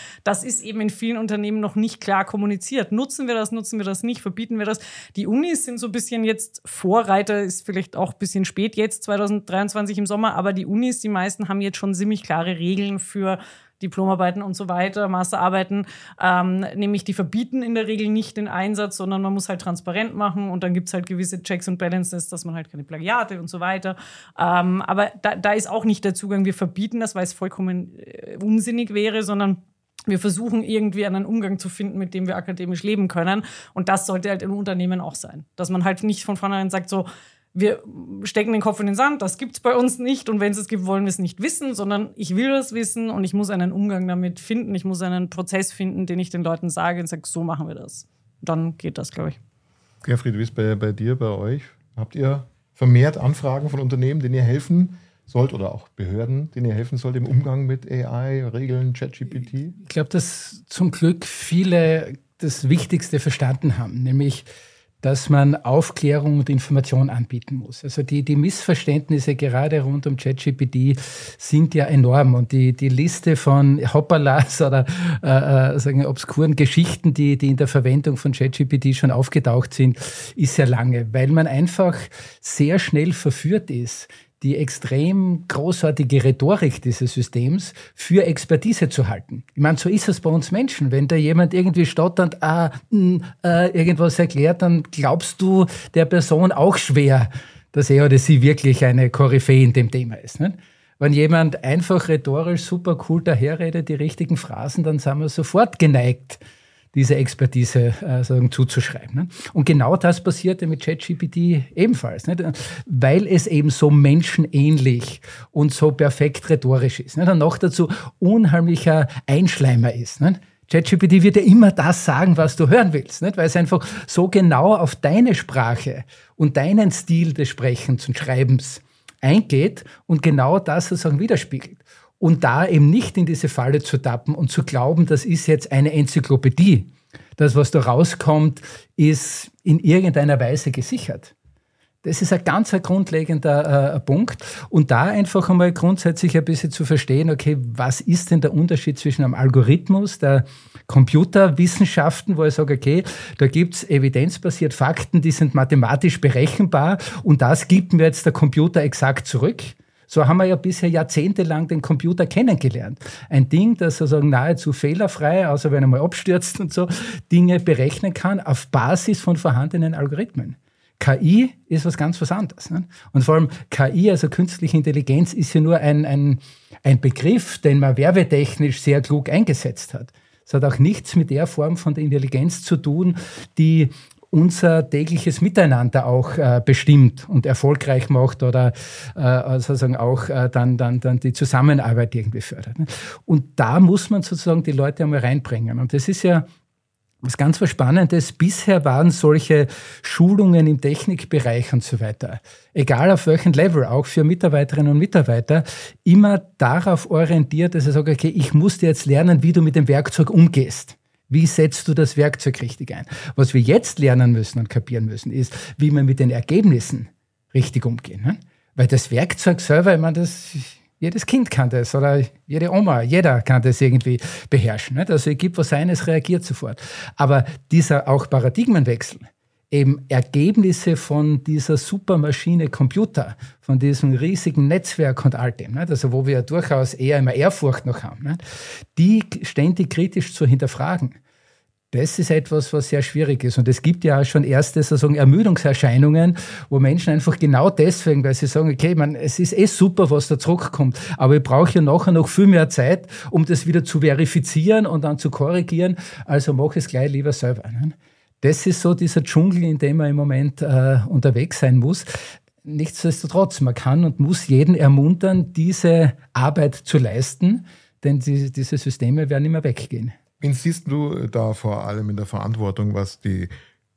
Das ist eben in vielen Unternehmen noch nicht klar kommuniziert. Nutzen wir das, nutzen wir das nicht, verbieten wir das? Die Unis sind so ein bisschen jetzt Vorreiter, ist vielleicht auch ein bisschen spät jetzt, zwanzig dreiundzwanzig im Sommer, aber die Unis, die meisten haben jetzt schon ziemlich klare Regeln für Diplomarbeiten und so weiter, Masterarbeiten, ähm, nämlich die verbieten in der Regel nicht den Einsatz, sondern man muss halt transparent machen und dann gibt's halt gewisse Checks und Balances, dass man halt keine Plagiate und so weiter. Ähm, aber da, da ist auch nicht der Zugang, wir verbieten das, weil es vollkommen äh, unsinnig wäre, sondern wir versuchen irgendwie einen Umgang zu finden, mit dem wir akademisch leben können. Und das sollte halt in Unternehmen auch sein. Dass man halt nicht von vornherein sagt, so, wir stecken den Kopf in den Sand, das gibt's bei uns nicht und wenn es es gibt, wollen wir es nicht wissen, sondern ich will das wissen und ich muss einen Umgang damit finden, ich muss einen Prozess finden, den ich den Leuten sage und sage, so machen wir das. Dann geht das, glaube ich. Gerfried, wie ist bei, bei dir, bei euch? Habt ihr vermehrt Anfragen von Unternehmen, denen ihr helfen sollt oder auch Behörden, denen ihr helfen sollt im Umgang mit A I, Regeln, ChatGPT? Ich glaube, dass zum Glück viele das Wichtigste verstanden haben, nämlich dass man Aufklärung und Information anbieten muss. Also die, die Missverständnisse gerade rund um ChatGPT sind ja enorm und die, die Liste von Hoppalas oder äh, sagen wir, obskuren Geschichten, die, die in der Verwendung von ChatGPT schon aufgetaucht sind, ist sehr lange, weil man einfach sehr schnell verführt ist, die extrem großartige Rhetorik dieses Systems für Expertise zu halten. Ich meine, so ist es bei uns Menschen. Wenn da jemand irgendwie stotternd ah, mh, äh, irgendwas erklärt, dann glaubst du der Person auch schwer, dass er oder sie wirklich eine Koryphäe in dem Thema ist. Nicht? Wenn jemand einfach rhetorisch super cool daherredet, die richtigen Phrasen, dann sind wir sofort geneigt, diese Expertise äh, sagen, zuzuschreiben. Ne? Und genau das passierte mit ChatGPT ebenfalls, nicht? Weil es eben so menschenähnlich und so perfekt rhetorisch ist. Nicht? Und noch dazu unheimlicher Einschleimer ist. Nicht? ChatGPT wird ja immer das sagen, was du hören willst, nicht? Weil es einfach so genau auf deine Sprache und deinen Stil des Sprechens und Schreibens eingeht und genau das sozusagen widerspiegelt. Und da eben nicht in diese Falle zu tappen und zu glauben, das ist jetzt eine Enzyklopädie. Das, was da rauskommt, ist in irgendeiner Weise gesichert. Das ist ein ganz ein grundlegender äh, Punkt. Und da einfach einmal grundsätzlich ein bisschen zu verstehen, okay, was ist denn der Unterschied zwischen einem Algorithmus der Computerwissenschaften, wo ich sage, okay, da gibt's evidenzbasiert Fakten, die sind mathematisch berechenbar und das gibt mir jetzt der Computer exakt zurück. So haben wir ja bisher jahrzehntelang den Computer kennengelernt. Ein Ding, das sozusagen nahezu fehlerfrei, außer wenn er mal abstürzt und so, Dinge berechnen kann auf Basis von vorhandenen Algorithmen. K I ist was ganz was anderes. Ne? Und vor allem K I, also künstliche Intelligenz, ist ja nur ein, ein, ein Begriff, den man werbetechnisch sehr klug eingesetzt hat. Es hat auch nichts mit der Form von der Intelligenz zu tun, die unser tägliches Miteinander auch äh, bestimmt und erfolgreich macht oder äh, sozusagen auch äh, dann, dann, dann die Zusammenarbeit irgendwie fördert. Ne? Und da muss man sozusagen die Leute einmal reinbringen. Und das ist ja was ganz was Spannendes. Bisher waren solche Schulungen im Technikbereich und so weiter, egal auf welchem Level, auch für Mitarbeiterinnen und Mitarbeiter, immer darauf orientiert, dass ich sage, okay, ich muss dir jetzt lernen, wie du mit dem Werkzeug umgehst. Wie setzt du das Werkzeug richtig ein? Was wir jetzt lernen müssen und kapieren müssen, ist, wie wir mit den Ergebnissen richtig umgehen. Ne? Weil das Werkzeug selber, ich meine, das, jedes Kind kann das oder jede Oma, jeder kann das irgendwie beherrschen. Ne? Also ich gebe was ein, es reagiert sofort. Aber dieser auch Paradigmenwechsel, eben Ergebnisse von dieser Supermaschine Computer, von diesem riesigen Netzwerk und all dem, nicht? Also wo wir durchaus eher immer Ehrfurcht noch haben, nicht? Die ständig kritisch zu hinterfragen, das ist etwas, was sehr schwierig ist. Und es gibt ja auch schon erste sozusagen Ermüdungserscheinungen, wo Menschen einfach genau deswegen, weil sie sagen, okay, man, es ist eh super, was da zurückkommt, aber ich brauche ja nachher noch viel mehr Zeit, um das wieder zu verifizieren und dann zu korrigieren, also mache ich es gleich lieber selber. Nicht? Das ist so dieser Dschungel, in dem man im Moment äh, unterwegs sein muss. Nichtsdestotrotz, man kann und muss jeden ermuntern, diese Arbeit zu leisten, denn die, diese Systeme werden immer weggehen. Wen siehst du da vor allem in der Verantwortung, was die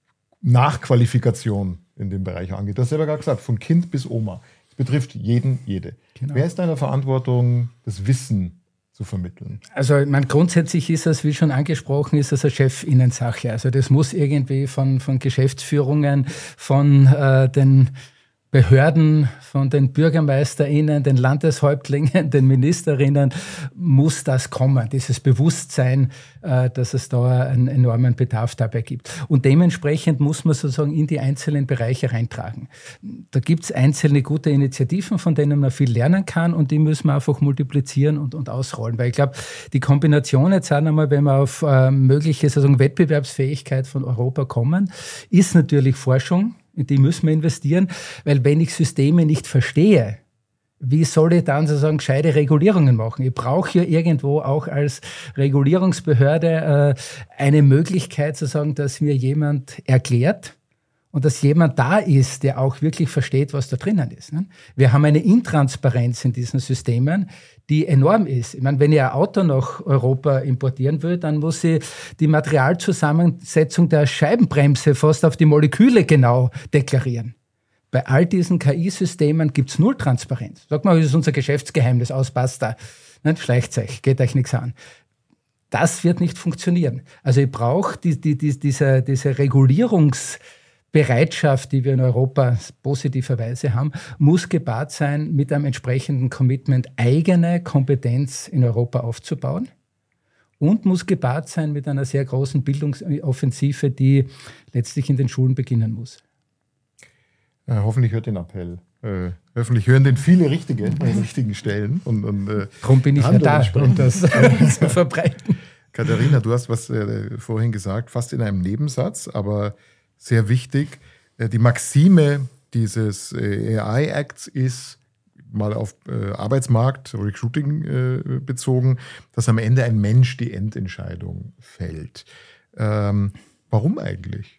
Nachqualifikation in dem Bereich angeht? Du hast selber gerade gesagt, von Kind bis Oma. Es betrifft jeden, jede. Genau. Wer ist da in der Verantwortung, das Wissen zu vermitteln? Also ich meine, grundsätzlich ist das, wie schon angesprochen, ist das eine Chefinnensache. Also das muss irgendwie von, von Geschäftsführungen, von äh, den Behörden, von den BürgermeisterInnen, den Landeshäuptlingen, den Ministerinnen muss das kommen, dieses Bewusstsein, dass es da einen enormen Bedarf dabei gibt. Und dementsprechend muss man sozusagen in die einzelnen Bereiche reintragen. Da gibt es einzelne gute Initiativen, von denen man viel lernen kann und die müssen wir einfach multiplizieren und, und ausrollen. Weil ich glaube, die Kombination jetzt auch einmal, wenn wir auf äh, mögliche sozusagen Wettbewerbsfähigkeit von Europa kommen, ist natürlich Forschung. In die müssen wir investieren, weil wenn ich Systeme nicht verstehe, wie soll ich dann sozusagen gescheite Regulierungen machen? Ich brauche ja irgendwo auch als Regulierungsbehörde äh, eine Möglichkeit zu sagen, dass mir jemand erklärt und dass jemand da ist, der auch wirklich versteht, was da drinnen ist. Ne? Wir haben eine Intransparenz in diesen Systemen, die enorm ist. Ich meine, wenn ich ein Auto nach Europa importieren will, dann muss ich die Materialzusammensetzung der Scheibenbremse fast auf die Moleküle genau deklarieren. Bei all diesen K I-Systemen gibt es null Transparenz. Sag mal, das ist unser Geschäftsgeheimnis, aus, basta. Schleicht euch, geht euch nichts an. Das wird nicht funktionieren. Also ich brauche die, die, die, diese, diese Regulierungs- Bereitschaft, die wir in Europa positiverweise haben, muss gepaart sein mit einem entsprechenden Commitment, eigene Kompetenz in Europa aufzubauen und muss gepaart sein mit einer sehr großen Bildungsoffensive, die letztlich in den Schulen beginnen muss. Ja, hoffentlich hört den Appell. Äh, hoffentlich hören den viele Richtige an richtigen Stellen. Und, und, äh, Darum bin ich ja da, um das zu verbreiten. Katharina, du hast was äh, vorhin gesagt, fast in einem Nebensatz, aber sehr wichtig. Die Maxime dieses A I-Acts ist, mal auf Arbeitsmarkt, Recruiting bezogen, dass am Ende ein Mensch die Endentscheidung fällt. Ähm, warum eigentlich?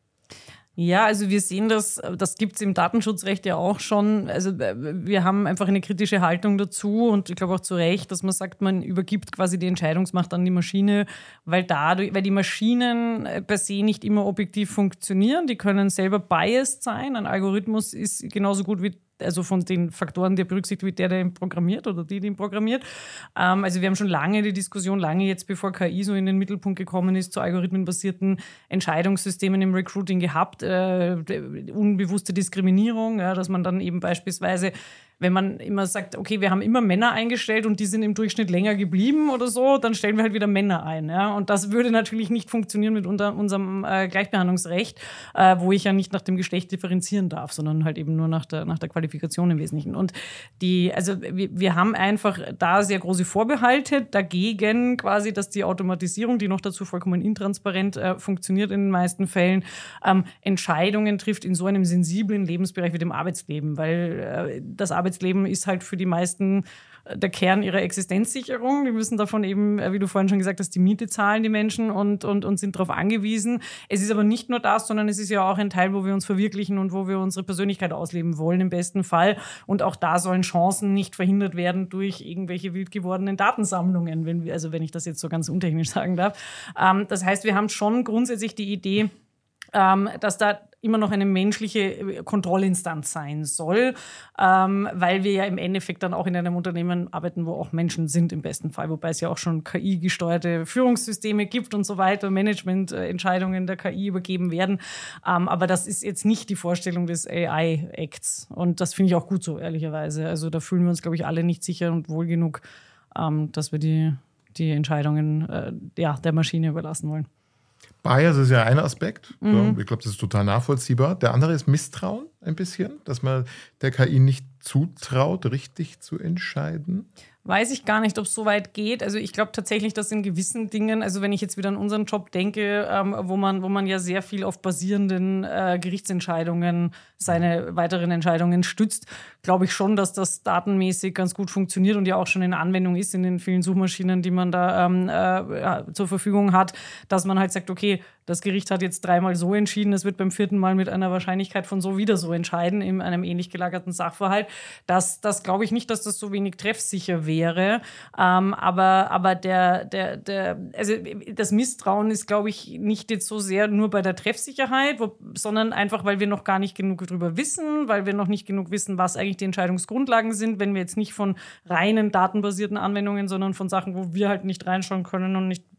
Ja, also wir sehen das, das gibt es im Datenschutzrecht ja auch schon. Also wir haben einfach eine kritische Haltung dazu und ich glaube auch zu Recht, dass man sagt, man übergibt quasi die Entscheidungsmacht an die Maschine, weil dadurch, weil die Maschinen per se nicht immer objektiv funktionieren. Die können selber biased sein. Ein Algorithmus ist genauso gut wie also von den Faktoren, der berücksichtigt wird, der, der ihn programmiert oder die, die ihn programmiert. Ähm, also wir haben schon lange die Diskussion, lange jetzt bevor K I so in den Mittelpunkt gekommen ist, zu algorithmenbasierten Entscheidungssystemen im Recruiting gehabt. Äh, unbewusste Diskriminierung, ja, dass man dann eben beispielsweise, wenn man immer sagt, okay, wir haben immer Männer eingestellt und die sind im Durchschnitt länger geblieben oder so, dann stellen wir halt wieder Männer ein. Ja? Und das würde natürlich nicht funktionieren mit unter, unserem äh, Gleichbehandlungsrecht, äh, wo ich ja nicht nach dem Geschlecht differenzieren darf, sondern halt eben nur nach der, nach der Qualifikation im Wesentlichen. Und die, also wir, wir haben einfach da sehr große Vorbehalte dagegen, quasi, dass die Automatisierung, die noch dazu vollkommen intransparent äh, funktioniert in den meisten Fällen, ähm, Entscheidungen trifft in so einem sensiblen Lebensbereich wie dem Arbeitsleben, weil äh, das Arbeitsleben Arbeitsleben ist halt für die meisten der Kern ihrer Existenzsicherung. Die müssen davon eben, wie du vorhin schon gesagt hast, die Miete zahlen, die Menschen, und, und, und sind darauf angewiesen. Es ist aber nicht nur das, sondern es ist ja auch ein Teil, wo wir uns verwirklichen und wo wir unsere Persönlichkeit ausleben wollen, im besten Fall. Und auch da sollen Chancen nicht verhindert werden durch irgendwelche wild gewordenen Datensammlungen, wenn wir, also wenn ich das jetzt so ganz untechnisch sagen darf. Ähm, das heißt, wir haben schon grundsätzlich die Idee, ähm, dass da immer noch eine menschliche Kontrollinstanz sein soll, ähm, weil wir ja im Endeffekt dann auch in einem Unternehmen arbeiten, wo auch Menschen sind im besten Fall, wobei es ja auch schon K I-gesteuerte Führungssysteme gibt und so weiter, Managemententscheidungen der K I übergeben werden. Ähm, aber das ist jetzt nicht die Vorstellung des A I-Acts und das finde ich auch gut so, ehrlicherweise. Also da fühlen wir uns, glaube ich, alle nicht sicher und wohl genug, ähm, dass wir die, die Entscheidungen äh, ja, der Maschine überlassen wollen. Bias ist ja ein Aspekt. Mhm. Ich glaube, das ist total nachvollziehbar. Der andere ist Misstrauen ein bisschen, dass man der K I nicht zutraut, richtig zu entscheiden. Weiß ich gar nicht, ob es so weit geht. Also ich glaube tatsächlich, dass in gewissen Dingen, also wenn ich jetzt wieder an unseren Job denke, ähm, wo man, wo man ja sehr viel auf basierenden äh, Gerichtsentscheidungen seine weiteren Entscheidungen stützt, glaube ich schon, dass das datenmäßig ganz gut funktioniert und ja auch schon in Anwendung ist in den vielen Suchmaschinen, die man da ähm, äh, ja, zur Verfügung hat, dass man halt sagt, okay, das Gericht hat jetzt dreimal so entschieden, es wird beim vierten Mal mit einer Wahrscheinlichkeit von so wieder so entscheiden in einem ähnlich gelagerten Sachverhalt. Das, das glaube ich nicht, dass das so wenig treffsicher wäre. Ähm, aber aber der, der, der, also das Misstrauen ist, glaube ich, nicht jetzt so sehr nur bei der Treffsicherheit, wo, sondern einfach, weil wir noch gar nicht genug darüber wissen, weil wir noch nicht genug wissen, was eigentlich die Entscheidungsgrundlagen sind, wenn wir jetzt nicht von reinen datenbasierten Anwendungen, sondern von Sachen, wo wir halt nicht reinschauen können und nicht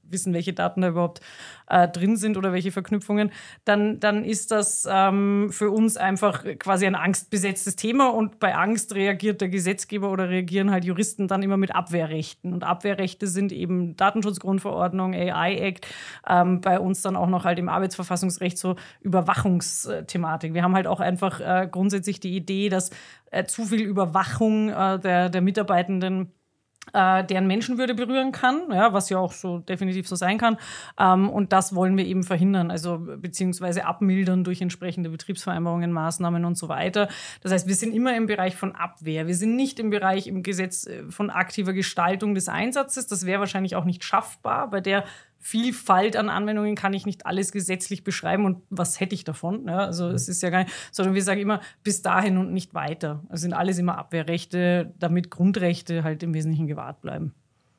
wissen, welche Daten da überhaupt äh, drin sind oder welche Verknüpfungen, dann, dann ist das ähm, für uns einfach quasi ein angstbesetztes Thema und bei Angst reagiert der Gesetzgeber oder reagieren halt Juristen dann immer mit Abwehrrechten. Und Abwehrrechte sind eben Datenschutzgrundverordnung, A I-Act, ähm, bei uns dann auch noch halt im Arbeitsverfassungsrecht so Überwachungsthematik. Wir haben halt auch einfach äh, grundsätzlich die Idee, dass äh, zu viel Überwachung äh, der, der Mitarbeitenden Äh, deren Menschenwürde berühren kann, ja, was ja auch so definitiv so sein kann. Ähm, und das wollen wir eben verhindern, also beziehungsweise abmildern durch entsprechende Betriebsvereinbarungen, Maßnahmen und so weiter. Das heißt, wir sind immer im Bereich von Abwehr. Wir sind nicht im Bereich im Gesetz von aktiver Gestaltung des Einsatzes. Das wäre wahrscheinlich auch nicht schaffbar. Bei der Vielfalt an Anwendungen kann ich nicht alles gesetzlich beschreiben und was hätte ich davon? Ja, also es ist ja gar nicht, sondern wir sagen immer bis dahin und nicht weiter. Also sind alles immer Abwehrrechte, damit Grundrechte halt im Wesentlichen gewahrt bleiben.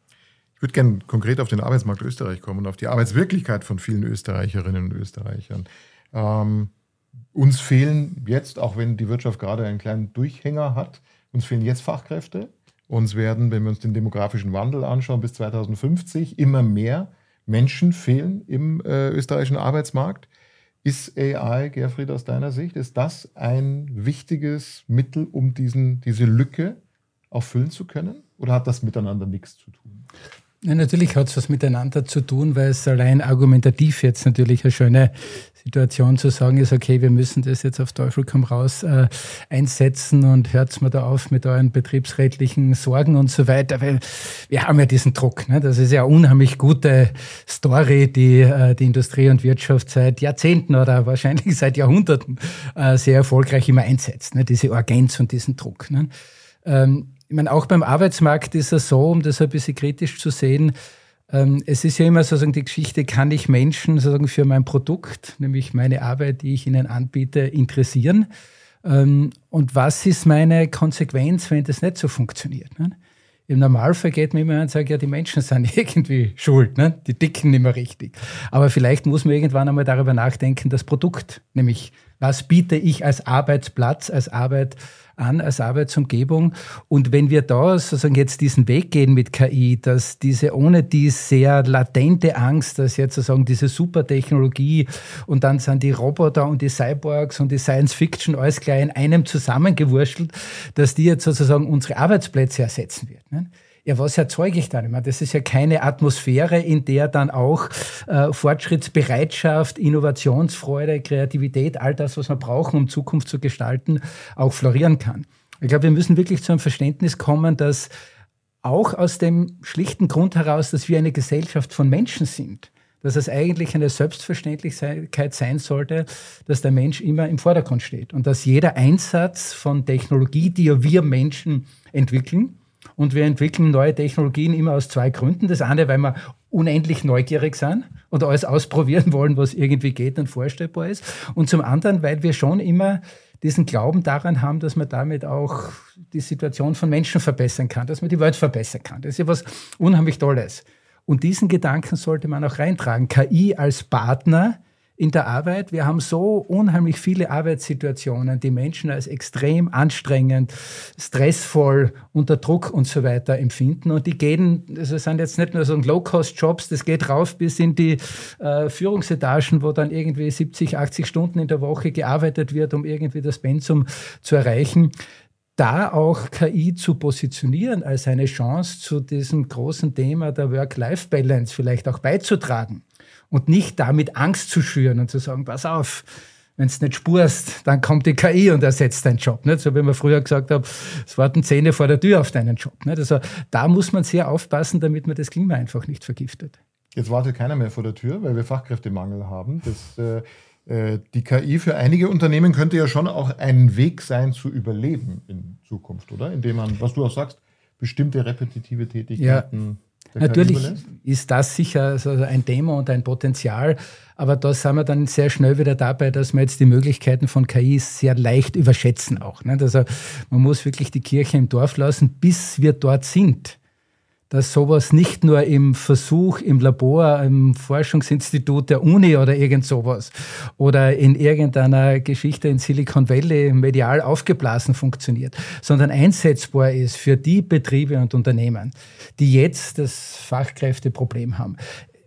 Ich würde gerne konkret auf den Arbeitsmarkt Österreich kommen und auf die Arbeitswirklichkeit von vielen Österreicherinnen und Österreichern. Ähm, uns fehlen jetzt, auch wenn die Wirtschaft gerade einen kleinen Durchhänger hat, uns fehlen jetzt Fachkräfte. Uns werden, wenn wir uns den demografischen Wandel anschauen, bis zweitausendfünfzig immer mehr Menschen fehlen im äh, österreichischen Arbeitsmarkt. Ist A I, Gerfried, aus deiner Sicht, ist das ein wichtiges Mittel, um diesen, diese Lücke auch füllen zu können? Oder hat das miteinander nichts zu tun? Ja, natürlich hat es was miteinander zu tun, weil es allein argumentativ jetzt natürlich eine schöne Situation zu sagen ist, okay, wir müssen das jetzt auf Teufel komm raus äh, einsetzen und hört's mir da auf mit euren betriebsrechtlichen Sorgen und so weiter, weil wir haben ja diesen Druck. Ne? Das ist ja eine unheimlich gute Story, die äh, die Industrie und Wirtschaft seit Jahrzehnten oder wahrscheinlich seit Jahrhunderten äh, sehr erfolgreich immer einsetzt, ne? Diese Urgenz und diesen Druck. Ne? Ähm, Ich meine, auch beim Arbeitsmarkt ist es so, um das ein bisschen kritisch zu sehen, ähm, es ist ja immer sozusagen die Geschichte, kann ich Menschen sozusagen für mein Produkt, nämlich meine Arbeit, die ich ihnen anbiete, interessieren? Ähm, und was ist meine Konsequenz, wenn das nicht so funktioniert? Ne? Im Normalfall geht man immer und sagt, ja, die Menschen sind irgendwie schuld, ne? Die dicken nicht mehr richtig. Aber vielleicht muss man irgendwann einmal darüber nachdenken, das Produkt, nämlich was biete ich als Arbeitsplatz, als Arbeit an, als Arbeitsumgebung. Und wenn wir da sozusagen jetzt diesen Weg gehen mit K I, dass diese ohne die sehr latente Angst, dass jetzt sozusagen diese Supertechnologie und dann sind die Roboter und die Cyborgs und die Science Fiction alles gleich in einem zusammengewurschtelt, dass die jetzt sozusagen unsere Arbeitsplätze ersetzen wird. Ne? Ja, was erzeuge ich dann? Ich meine, das ist ja keine Atmosphäre, in der dann auch äh, Fortschrittsbereitschaft, Innovationsfreude, Kreativität, all das, was wir brauchen, um Zukunft zu gestalten, auch florieren kann. Ich glaube, wir müssen wirklich zu einem Verständnis kommen, dass auch aus dem schlichten Grund heraus, dass wir eine Gesellschaft von Menschen sind, dass es eigentlich eine Selbstverständlichkeit sein sollte, dass der Mensch immer im Vordergrund steht und dass jeder Einsatz von Technologie, die ja wir Menschen entwickeln, und wir entwickeln neue Technologien immer aus zwei Gründen. Das eine, weil wir unendlich neugierig sind und alles ausprobieren wollen, was irgendwie geht und vorstellbar ist. Und zum anderen, weil wir schon immer diesen Glauben daran haben, dass man damit auch die Situation von Menschen verbessern kann, dass man die Welt verbessern kann. Das ist ja was unheimlich Tolles. Und diesen Gedanken sollte man auch reintragen. K I als Partner in der Arbeit. Wir haben so unheimlich viele Arbeitssituationen, die Menschen als extrem anstrengend, stressvoll, unter Druck und so weiter empfinden. Und die gehen, das sind jetzt nicht nur so Low-Cost-Jobs, das geht rauf bis in die äh, Führungsetagen, wo dann irgendwie siebzig, achtzig Stunden in der Woche gearbeitet wird, um irgendwie das Pensum zu erreichen. Da auch K I zu positionieren als eine Chance, zu diesem großen Thema der Work-Life-Balance vielleicht auch beizutragen. Und nicht damit Angst zu schüren und zu sagen, pass auf, wenn du nicht spurst, dann kommt die K I und ersetzt deinen Job. Nicht? So wie man früher gesagt hat, es warten Zähne vor der Tür auf deinen Job. Nicht? Also da muss man sehr aufpassen, damit man das Klima einfach nicht vergiftet. Jetzt wartet keiner mehr vor der Tür, weil wir Fachkräftemangel haben. Das, äh, die K I für einige Unternehmen könnte ja schon auch ein Weg sein, zu überleben in Zukunft, oder? Indem man, was du auch sagst, bestimmte repetitive Tätigkeiten... Ja. Natürlich ist das sicher ein Thema und ein Potenzial, aber da sind wir dann sehr schnell wieder dabei, dass wir jetzt die Möglichkeiten von K I sehr leicht überschätzen auch. Also man muss wirklich die Kirche im Dorf lassen, bis wir dort sind, dass sowas nicht nur im Versuch, im Labor, im Forschungsinstitut der Uni oder irgend sowas oder in irgendeiner Geschichte in Silicon Valley medial aufgeblasen funktioniert, sondern einsetzbar ist für die Betriebe und Unternehmen, die jetzt das Fachkräfteproblem haben.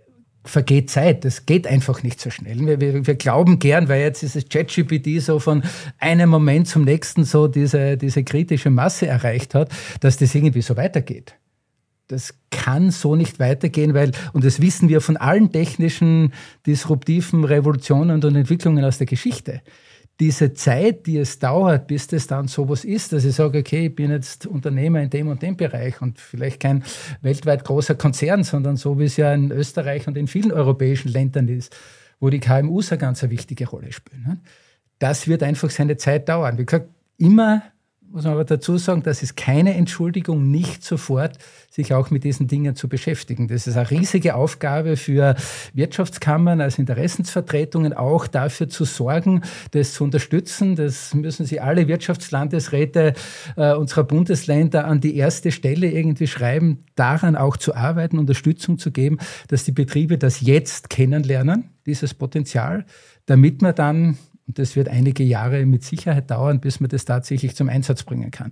vergeht Zeit. Das geht einfach nicht so schnell. Wir, wir, wir glauben gern, weil jetzt ist das ChatGPT so von einem Moment zum nächsten so diese, diese kritische Masse erreicht hat, dass das irgendwie so weitergeht. Das kann so nicht weitergehen, weil, und das wissen wir von allen technischen, disruptiven Revolutionen und Entwicklungen aus der Geschichte. Diese Zeit, die es dauert, bis das dann sowas ist, dass ich sage, okay, ich bin jetzt Unternehmer in dem und dem Bereich und vielleicht kein weltweit großer Konzern, sondern so, wie es ja in Österreich und in vielen europäischen Ländern ist, wo die K M Us eine ganz wichtige Rolle spielen. Das wird einfach seine Zeit dauern. Wie gesagt, immer muss man aber dazu sagen, das ist keine Entschuldigung, nicht sofort sich auch mit diesen Dingen zu beschäftigen. Das ist eine riesige Aufgabe für Wirtschaftskammern als Interessensvertretungen, auch dafür zu sorgen, das zu unterstützen. Das müssen Sie alle Wirtschaftslandesräte äh, unserer Bundesländer an die erste Stelle irgendwie schreiben, daran auch zu arbeiten, Unterstützung zu geben, dass die Betriebe das jetzt kennenlernen, dieses Potenzial, damit man dann, und das wird einige Jahre mit Sicherheit dauern, bis man das tatsächlich zum Einsatz bringen kann.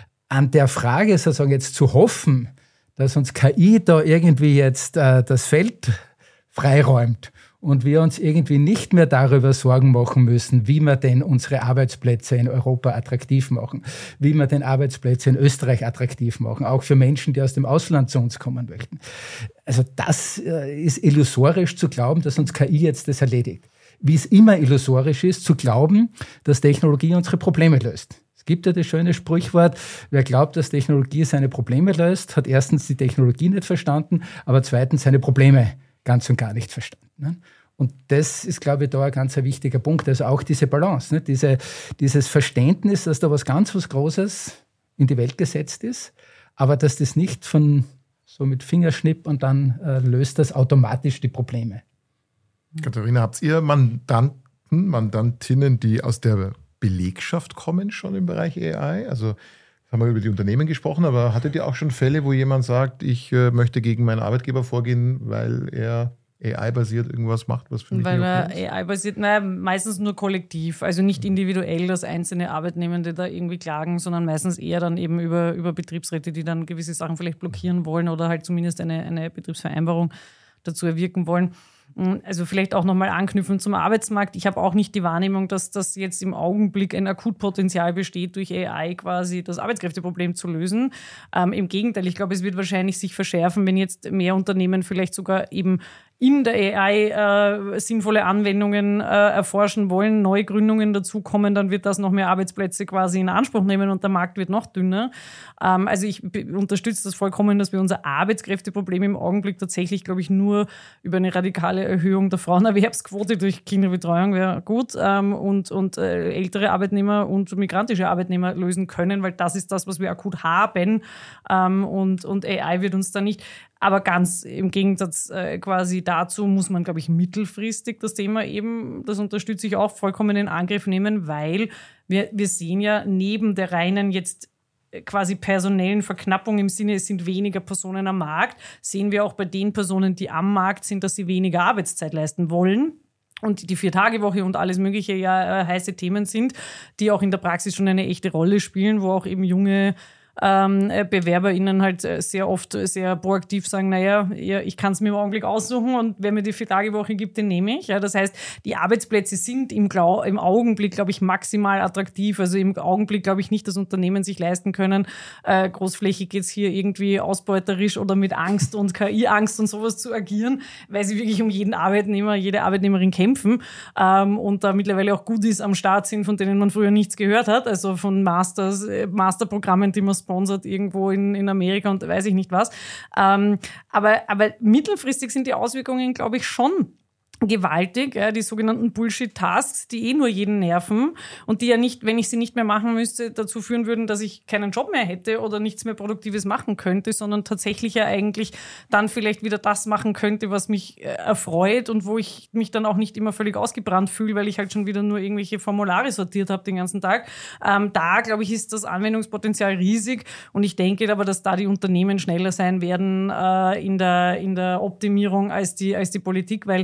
An der Frage sozusagen jetzt zu hoffen, dass uns K I da irgendwie jetzt äh, das Feld freiräumt und wir uns irgendwie nicht mehr darüber Sorgen machen müssen, wie wir denn unsere Arbeitsplätze in Europa attraktiv machen, wie wir den Arbeitsplätze in Österreich attraktiv machen, auch für Menschen, die aus dem Ausland zu uns kommen möchten. Also das äh, ist illusorisch zu glauben, dass uns K I jetzt das erledigt. Wie es immer illusorisch ist, zu glauben, dass Technologie unsere Probleme löst. Es gibt ja das schöne Sprichwort, wer glaubt, dass Technologie seine Probleme löst, hat erstens die Technologie nicht verstanden, aber zweitens seine Probleme ganz und gar nicht verstanden. Und das ist, glaube ich, da ein ganz wichtiger Punkt. Also auch diese Balance, diese, dieses Verständnis, dass da was ganz was Großes in die Welt gesetzt ist, aber dass das nicht von so mit Fingerschnipp und dann äh, löst das automatisch die Probleme. Katharina, habt ihr Mandanten, Mandantinnen, die aus der Belegschaft kommen schon im Bereich A I? Also haben wir über die Unternehmen gesprochen, aber hattet ihr auch schon Fälle, wo jemand sagt, ich äh, möchte gegen meinen Arbeitgeber vorgehen, weil er A I-basiert irgendwas macht, was für mich Weil er A I-basiert, naja, meistens nur kollektiv, also nicht individuell, dass einzelne Arbeitnehmende da irgendwie klagen, sondern meistens eher dann eben über, über Betriebsräte, die dann gewisse Sachen vielleicht blockieren wollen oder halt zumindest eine, eine Betriebsvereinbarung dazu erwirken wollen. Also vielleicht auch nochmal anknüpfen zum Arbeitsmarkt. Ich habe auch nicht die Wahrnehmung, dass das jetzt im Augenblick ein Akutpotenzial besteht, durch A I quasi das Arbeitskräfteproblem zu lösen. Ähm, im Gegenteil, ich glaube, es wird wahrscheinlich sich verschärfen, wenn jetzt mehr Unternehmen vielleicht sogar eben in der A I äh, sinnvolle Anwendungen äh, erforschen wollen, neue Gründungen dazukommen, dann wird das noch mehr Arbeitsplätze quasi in Anspruch nehmen und der Markt wird noch dünner. Ähm, also ich be- unterstütze das vollkommen, dass wir unser Arbeitskräfteproblem im Augenblick tatsächlich, glaube ich, nur über eine radikale Erhöhung der Frauenerwerbsquote durch Kinderbetreuung wäre gut ähm, und, und äh, ältere Arbeitnehmer und migrantische Arbeitnehmer lösen können, weil das ist das, was wir akut haben ähm, und, und A I wird uns da nicht. Aber ganz im Gegensatz äh, quasi dazu muss man, glaube ich, mittelfristig das Thema eben, das unterstütze ich auch, vollkommen in Angriff nehmen, weil wir, wir sehen ja neben der reinen jetzt quasi personellen Verknappung im Sinne, es sind weniger Personen am Markt, sehen wir auch bei den Personen, die am Markt sind, dass sie weniger Arbeitszeit leisten wollen. Und die Vier-Tage-Woche und alles mögliche ja äh, heiße Themen sind, die auch in der Praxis schon eine echte Rolle spielen, wo auch eben junge Ähm, BewerberInnen halt sehr oft sehr proaktiv sagen, naja, ich kann es mir im Augenblick aussuchen und wenn mir die Vier-Tage-Woche gibt, den nehme ich. Ja, das heißt, die Arbeitsplätze sind im, Glau- im Augenblick, glaube ich, maximal attraktiv. Also im Augenblick glaube ich nicht, dass Unternehmen sich leisten können, äh, großflächig jetzt hier irgendwie ausbeuterisch oder mit Angst und K I-Angst und sowas zu agieren, weil sie wirklich um jeden Arbeitnehmer, jede Arbeitnehmerin kämpfen ähm, und da mittlerweile auch Goodies am Start sind, von denen man früher nichts gehört hat. Also von Masters, äh, Masterprogrammen, die man sponsert irgendwo in, in Amerika und weiß ich nicht was. Ähm, aber, aber mittelfristig sind die Auswirkungen, glaube ich, schon gewaltig, ja, die sogenannten Bullshit-Tasks, die eh nur jeden nerven und die ja nicht, wenn ich sie nicht mehr machen müsste, dazu führen würden, dass ich keinen Job mehr hätte oder nichts mehr Produktives machen könnte, sondern tatsächlich ja eigentlich dann vielleicht wieder das machen könnte, was mich äh, erfreut und wo ich mich dann auch nicht immer völlig ausgebrannt fühle, weil ich halt schon wieder nur irgendwelche Formulare sortiert habe den ganzen Tag. Ähm, da, glaube ich, ist das Anwendungspotenzial riesig und ich denke aber, dass da die Unternehmen schneller sein werden äh, in der, in der Optimierung als die, als die Politik, weil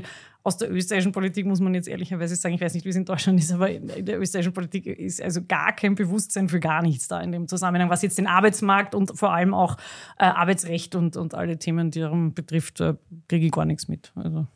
aus der österreichischen Politik muss man jetzt ehrlicherweise sagen, ich weiß nicht, wie es in Deutschland ist, aber in der österreichischen Politik ist also gar kein Bewusstsein für gar nichts da in dem Zusammenhang, was jetzt den Arbeitsmarkt und vor allem auch äh, Arbeitsrecht und, und alle Themen, die darum betrifft, äh, kriege ich gar nichts mit. Also.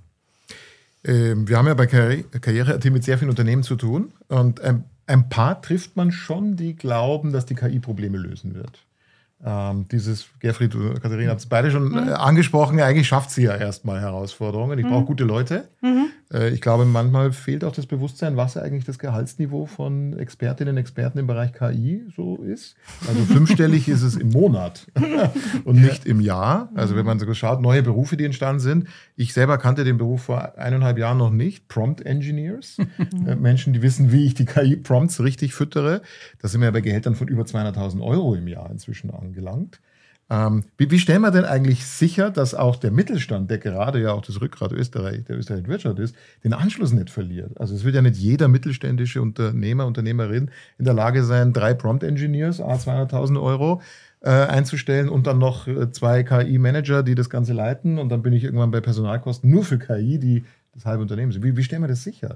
Ähm, wir haben ja bei Karriere.at mit sehr vielen Unternehmen zu tun und ein, ein paar trifft man schon, die glauben, dass die K I Probleme lösen wird. Ähm, dieses, Gerfried und Katharina hat es beide schon mhm. äh, angesprochen, eigentlich schafft sie ja erstmal Herausforderungen. Ich mhm. brauche gute Leute. Mhm. Äh, ich glaube, manchmal fehlt auch das Bewusstsein, was eigentlich das Gehaltsniveau von Expertinnen und Experten im Bereich K I so ist. Also fünfstellig ist es im Monat und nicht im Jahr. Also wenn man so schaut, neue Berufe, die entstanden sind. Ich selber kannte den Beruf vor eineinhalb Jahren noch nicht. Prompt Engineers. äh, Menschen, die wissen, wie ich die K I-Prompts richtig füttere. Da sind wir ja bei Gehältern von über zweihunderttausend Euro im Jahr inzwischen an. Gelangt. Ähm, wie, wie stellen wir denn eigentlich sicher, dass auch der Mittelstand, der gerade ja auch das Rückgrat Österreich, der österreichischen Wirtschaft ist, den Anschluss nicht verliert? Also es wird ja nicht jeder mittelständische Unternehmer, Unternehmerin in der Lage sein, drei Prompt-Engineers, à zweihunderttausend Euro äh, einzustellen und dann noch äh, zwei K I-Manager, die das Ganze leiten und dann bin ich irgendwann bei Personalkosten nur für K I, die das halbe Unternehmen sind. Wie, wie stellen wir das sicher?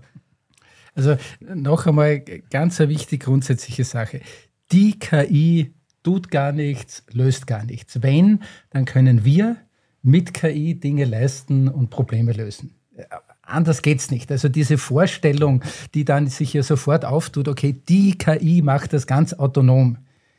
Also noch einmal ganz eine wichtige grundsätzliche Sache. Die K I tut gar nichts, löst gar nichts. Wenn, dann können wir mit K I Dinge leisten und Probleme lösen. Anders geht's nicht. Also diese Vorstellung, die dann sich hier sofort auftut, okay, die K I macht das ganz autonom,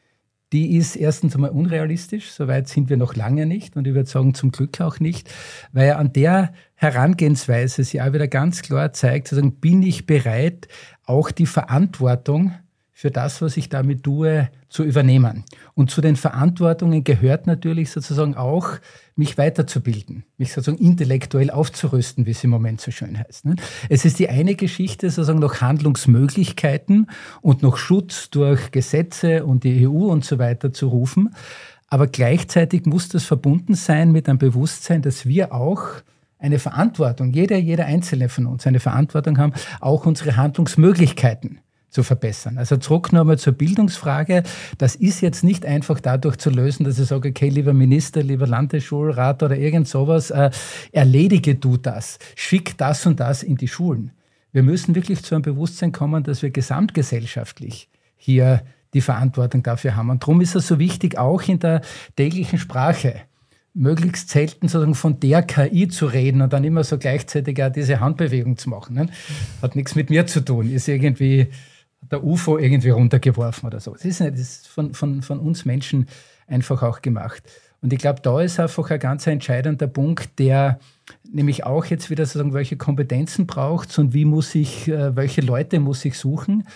die ist erstens einmal unrealistisch, soweit sind wir noch lange nicht und ich würde sagen, zum Glück auch nicht, weil an der Herangehensweise sie auch wieder ganz klar zeigt, sozusagen, bin ich bereit, auch die Verantwortung für das, was ich damit tue, zu übernehmen. Und zu den Verantwortungen gehört natürlich sozusagen auch, mich weiterzubilden, mich sozusagen intellektuell aufzurüsten, wie es im Moment so schön heißt. Es ist die eine Geschichte, sozusagen noch Handlungsmöglichkeiten und noch Schutz durch Gesetze und die E U und so weiter zu rufen. Aber gleichzeitig muss das verbunden sein mit einem Bewusstsein, dass wir auch eine Verantwortung, jeder, jeder Einzelne von uns eine Verantwortung haben, auch unsere Handlungsmöglichkeiten zu verbessern. Also zurück nochmal zur Bildungsfrage. Das ist jetzt nicht einfach dadurch zu lösen, dass ich sage, okay, lieber Minister, lieber Landesschulrat oder irgend sowas, äh, erledige du das, schick das und das in die Schulen. Wir müssen wirklich zu einem Bewusstsein kommen, dass wir gesamtgesellschaftlich hier die Verantwortung dafür haben. Und darum ist es so wichtig, auch in der täglichen Sprache möglichst selten sozusagen von der K I zu reden und dann immer so gleichzeitig auch diese Handbewegung zu machen. Ne? Hat nichts mit mir zu tun, ist irgendwie der U F O irgendwie runtergeworfen oder so. Das ist, nicht, das ist von, von, von uns Menschen einfach auch gemacht. Und ich glaube, da ist einfach ein ganz entscheidender Punkt, der nämlich auch jetzt wieder sozusagen, welche Kompetenzen braucht und wie muss ich, welche Leute muss ich suchen.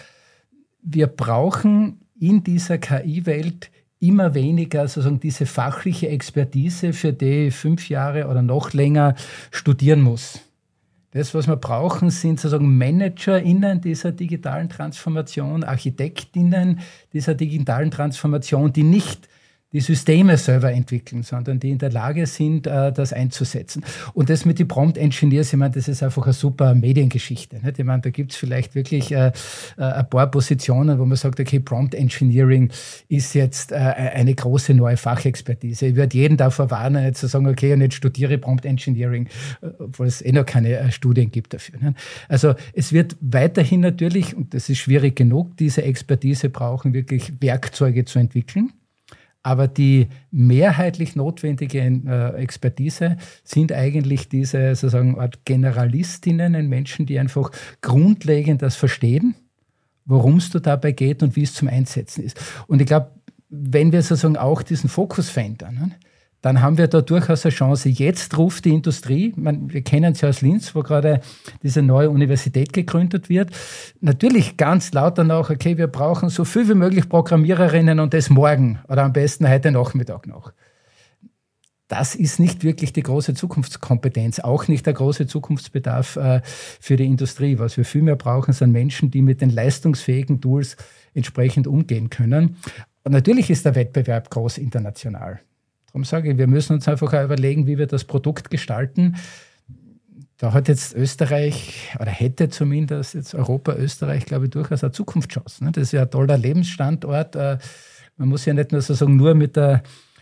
Wir brauchen in dieser K I-Welt immer weniger sozusagen diese fachliche Expertise, für die ich fünf Jahre oder noch länger studieren muss. Das, was wir brauchen, sind sozusagen ManagerInnen dieser digitalen Transformation, ArchitektInnen dieser digitalen Transformation, die nicht die Systeme selber entwickeln, sondern die in der Lage sind, das einzusetzen. Und das mit den Prompt Engineers, ich meine, das ist einfach eine super Mediengeschichte. Nicht? Ich meine, da gibt es vielleicht wirklich äh, ein paar Positionen, wo man sagt, okay, Prompt Engineering ist jetzt äh, eine große neue Fachexpertise. Ich würde jeden davor warnen, jetzt zu sagen, okay, und jetzt studiere Prompt Engineering, obwohl es eh noch keine äh, Studien gibt dafür. Nicht? Also es wird weiterhin natürlich, und das ist schwierig genug, diese Expertise brauchen, wirklich Werkzeuge zu entwickeln. Aber die mehrheitlich notwendige äh, Expertise sind eigentlich diese sozusagen Art Generalistinnen, Menschen, die einfach grundlegend das verstehen, worum es da dabei geht und wie es zum Einsetzen ist. Und ich glaube, wenn wir sozusagen auch diesen Fokus verändern, ne, dann haben wir da durchaus eine Chance. Jetzt ruft die Industrie, man, wir kennen es ja aus Linz, wo gerade diese neue Universität gegründet wird, natürlich ganz laut danach, okay, wir brauchen so viel wie möglich Programmiererinnen und das morgen oder am besten heute Nachmittag noch. Das ist nicht wirklich die große Zukunftskompetenz, auch nicht der große Zukunftsbedarf äh, für die Industrie. Was wir viel mehr brauchen, sind Menschen, die mit den leistungsfähigen Tools entsprechend umgehen können. Und natürlich ist der Wettbewerb groß international. Darum sage ich, wir müssen uns einfach auch überlegen, wie wir das Produkt gestalten. Da hat jetzt Österreich, oder hätte zumindest jetzt Europa, Österreich, glaube ich, durchaus eine Zukunftschance. Das ist ja ein toller Lebensstandort. Man muss ja nicht nur sozusagen nur mit der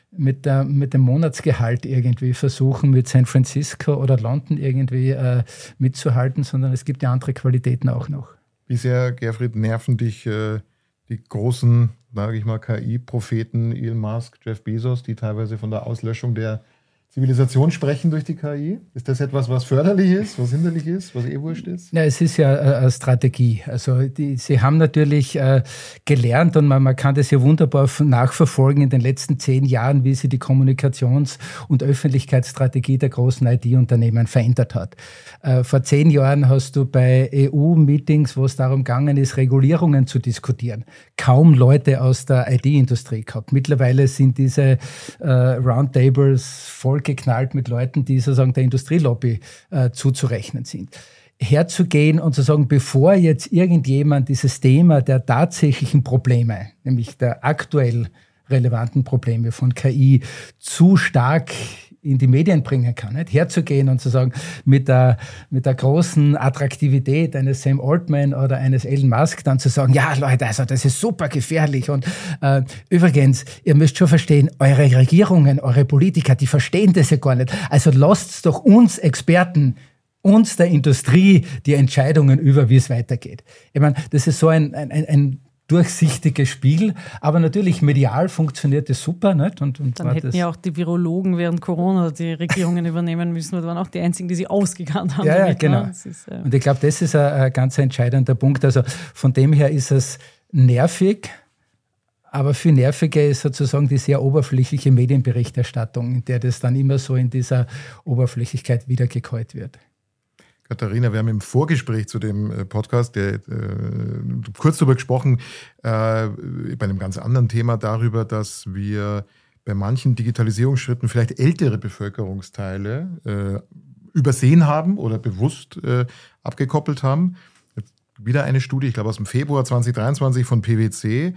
mit, der, mit dem Monatsgehalt irgendwie versuchen, mit San Francisco oder London irgendwie äh, mitzuhalten, sondern es gibt ja andere Qualitäten auch noch. Wie sehr, Gerfried, nerven dich äh, die großen, sage ich mal, K I-Propheten, Elon Musk, Jeff Bezos, die teilweise von der Auslöschung der Zivilisation sprechen durch die K I? Ist das etwas, was förderlich ist, was hinderlich ist, was eh wurscht ist? Ja, es ist ja äh, eine Strategie. Also die, sie haben natürlich äh, gelernt und man, man kann das ja wunderbar nachverfolgen in den letzten zehn Jahren, wie sie die Kommunikations- und Öffentlichkeitsstrategie der großen I T-Unternehmen verändert hat. Äh, vor zehn Jahren hast du bei E U-Meetings, wo es darum gegangen ist, Regulierungen zu diskutieren, kaum Leute aus der I T-Industrie gehabt. Mittlerweile sind diese äh, Roundtables voll geknallt mit Leuten, die sozusagen der Industrielobby äh, zuzurechnen sind. Herzugehen und zu sagen, bevor jetzt irgendjemand dieses Thema der tatsächlichen Probleme, nämlich der aktuell relevanten Probleme von K I, zu stark in die Medien bringen kann, nicht? Herzugehen und zu sagen, mit der, mit der großen Attraktivität eines Sam Altman oder eines Elon Musk dann zu sagen, ja Leute, also das ist super gefährlich und äh, übrigens, ihr müsst schon verstehen, eure Regierungen, eure Politiker, die verstehen das ja gar nicht. Also lasst doch uns Experten, uns der Industrie die Entscheidungen über, wie es weitergeht. Ich meine, das ist so ein, ein, ein durchsichtiges Spiel, aber natürlich medial funktioniert das super. Nicht? Und, und Dann hätten ja auch die Virologen während Corona die Regierungen übernehmen müssen, das waren auch die einzigen, die sie ausgekannt haben. Ja, damit, ja genau. Ne? Ist, äh und ich glaube, das ist ein, ein ganz entscheidender Punkt. Also von dem her ist es nervig, aber viel nerviger ist sozusagen die sehr oberflächliche Medienberichterstattung, in der das dann immer so in dieser Oberflächlichkeit wiedergekäut wird. Katharina, wir haben im Vorgespräch zu dem Podcast der, äh, kurz darüber gesprochen, äh, bei einem ganz anderen Thema, darüber, dass wir bei manchen Digitalisierungsschritten vielleicht ältere Bevölkerungsteile äh, übersehen haben oder bewusst äh, abgekoppelt haben. Wieder eine Studie, ich glaube aus dem Februar zwanzig dreiundzwanzig von P W C. Äh,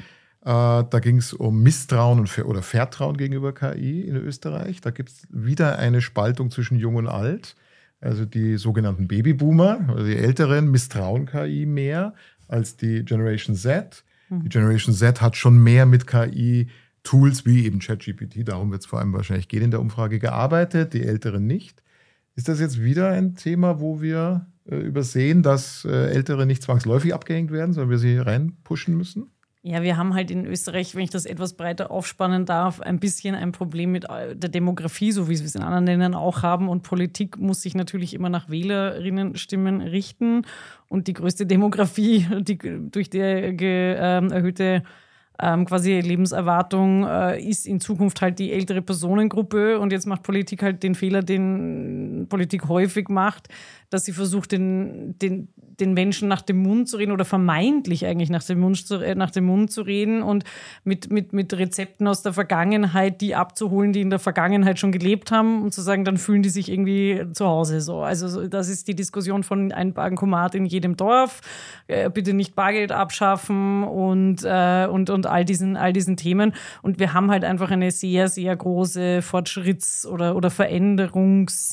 da ging es um Misstrauen und Ver- oder Vertrauen gegenüber K I in Österreich. Da gibt es wieder eine Spaltung zwischen Jung und Alt. Also die sogenannten Babyboomer, also die Älteren, misstrauen K I mehr als die Generation Z. Die Generation Z hat schon mehr mit K I-Tools wie eben ChatGPT, darum wird es vor allem wahrscheinlich gehen in der Umfrage, gearbeitet, die Älteren nicht. Ist das jetzt wieder ein Thema, wo wir äh, übersehen, dass äh, Ältere nicht zwangsläufig abgehängt werden, sondern wir sie reinpushen müssen? Ja, wir haben halt in Österreich, wenn ich das etwas breiter aufspannen darf, ein bisschen ein Problem mit der Demografie, so wie wir es in anderen Ländern auch haben. Und Politik muss sich natürlich immer nach Wählerinnenstimmen richten. Und die größte Demografie, die durch die äh, erhöhte ähm, quasi Lebenserwartung äh, ist in Zukunft halt die ältere Personengruppe. Und jetzt macht Politik halt den Fehler, den Politik häufig macht, dass sie versucht, den, den, den Menschen nach dem Mund zu reden oder vermeintlich eigentlich nach dem Mund zu, äh, nach dem Mund zu reden und mit, mit, mit Rezepten aus der Vergangenheit, die abzuholen, die in der Vergangenheit schon gelebt haben und zu sagen, dann fühlen die sich irgendwie zu Hause so. Also das ist die Diskussion von ein Bankomat in jedem Dorf, äh, bitte nicht Bargeld abschaffen und, äh, und, und all diesen, all diesen Themen. Und wir haben halt einfach eine sehr, sehr große Fortschritts- oder, oder Veränderungs-